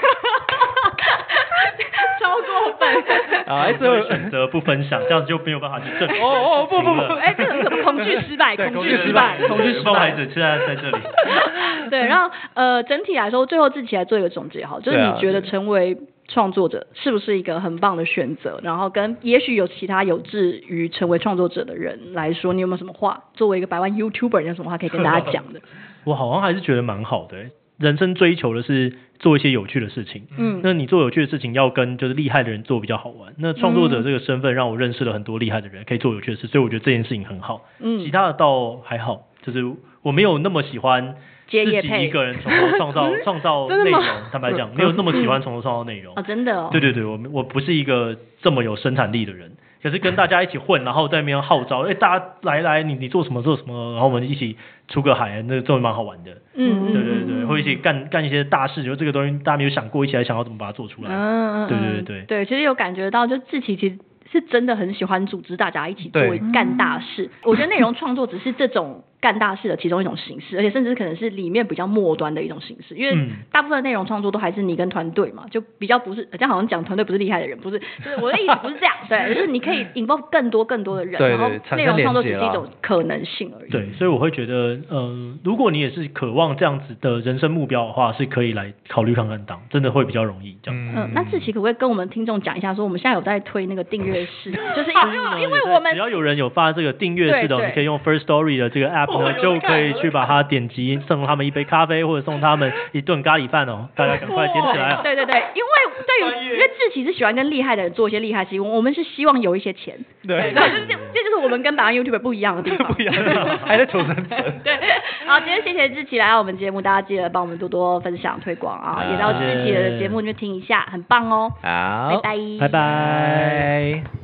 超过分啊！最后选择不分享，这样就没有办法去证明。 不，这很恐惧失败，恐惧失败。 冒牌者现在在这里。 对，然后整体来说，最后自己来做一个总结好，就是你觉得成为创作者是不是一个很棒的选择？然后跟也许有其他有志于成为创作者的人来说，你有没有什么话？作为一个100万 YouTuber， 你有什么话可以跟大家讲的？ 我好像还是觉得蛮好的。人生追求的是做一些有趣的事情，那你做有趣的事情要跟就是厉害的人做比较好玩。那创作者这个身份让我认识了很多厉害的人，可以做有趣的事，所以我觉得这件事情很好。其他的倒还好，就是我没有那么喜欢自己一个人从头创造内容，坦白讲，没有那么喜欢从头创造内容。 真的哦。 对，我不是一个这么有生产力的人。可是跟大家一起混，然后在那边号召，大家来，你做什么，然后我们一起出个海，那个真的蛮好玩的。对，会一起干一些大事，就这个东西大家没有想过，一起来想要怎么把它做出来。对， 其实有感觉到，就志祺其实是真的很喜欢组织大家一起做干大事。我觉得内容创作只是这种干大事的其中一种形式，而且甚至可能是里面比较末端的一种形式，因为大部分的内容创作都还是你跟团队嘛，就比较不是这样，好像讲团队不是厉害的人，不是，就是我的意思不是这样，对，就是你可以 involve 更多的人，然后内容创作只是一种可能性而已。 对，所以我会觉得，如果你也是渴望这样子的人生目标的话，是可以来考虑看看当，真的会比较容易这样。 那志祺可不可以跟我们听众讲一下，说我们现在有在推那个订阅式，就是因为我们只要有人有发这个订阅式的，你可以用 First Story 的这个 app 呢，就可以去把它点击，送他们一杯咖啡，或者送他们一顿咖喱饭哦，大家赶快点起来。 对，因为志祺是喜欢跟厉害的人做一些厉害事情，我们是希望有一些钱。对，这就是我们跟100万 YouTuber 不一样的地方。 不一样的地方，还在求生存。 对，好，今天谢谢志祺来到我们节目，大家记得帮我们多分享推广啊，也到志祺的节目里面听一下，很棒哦。 好， 拜拜。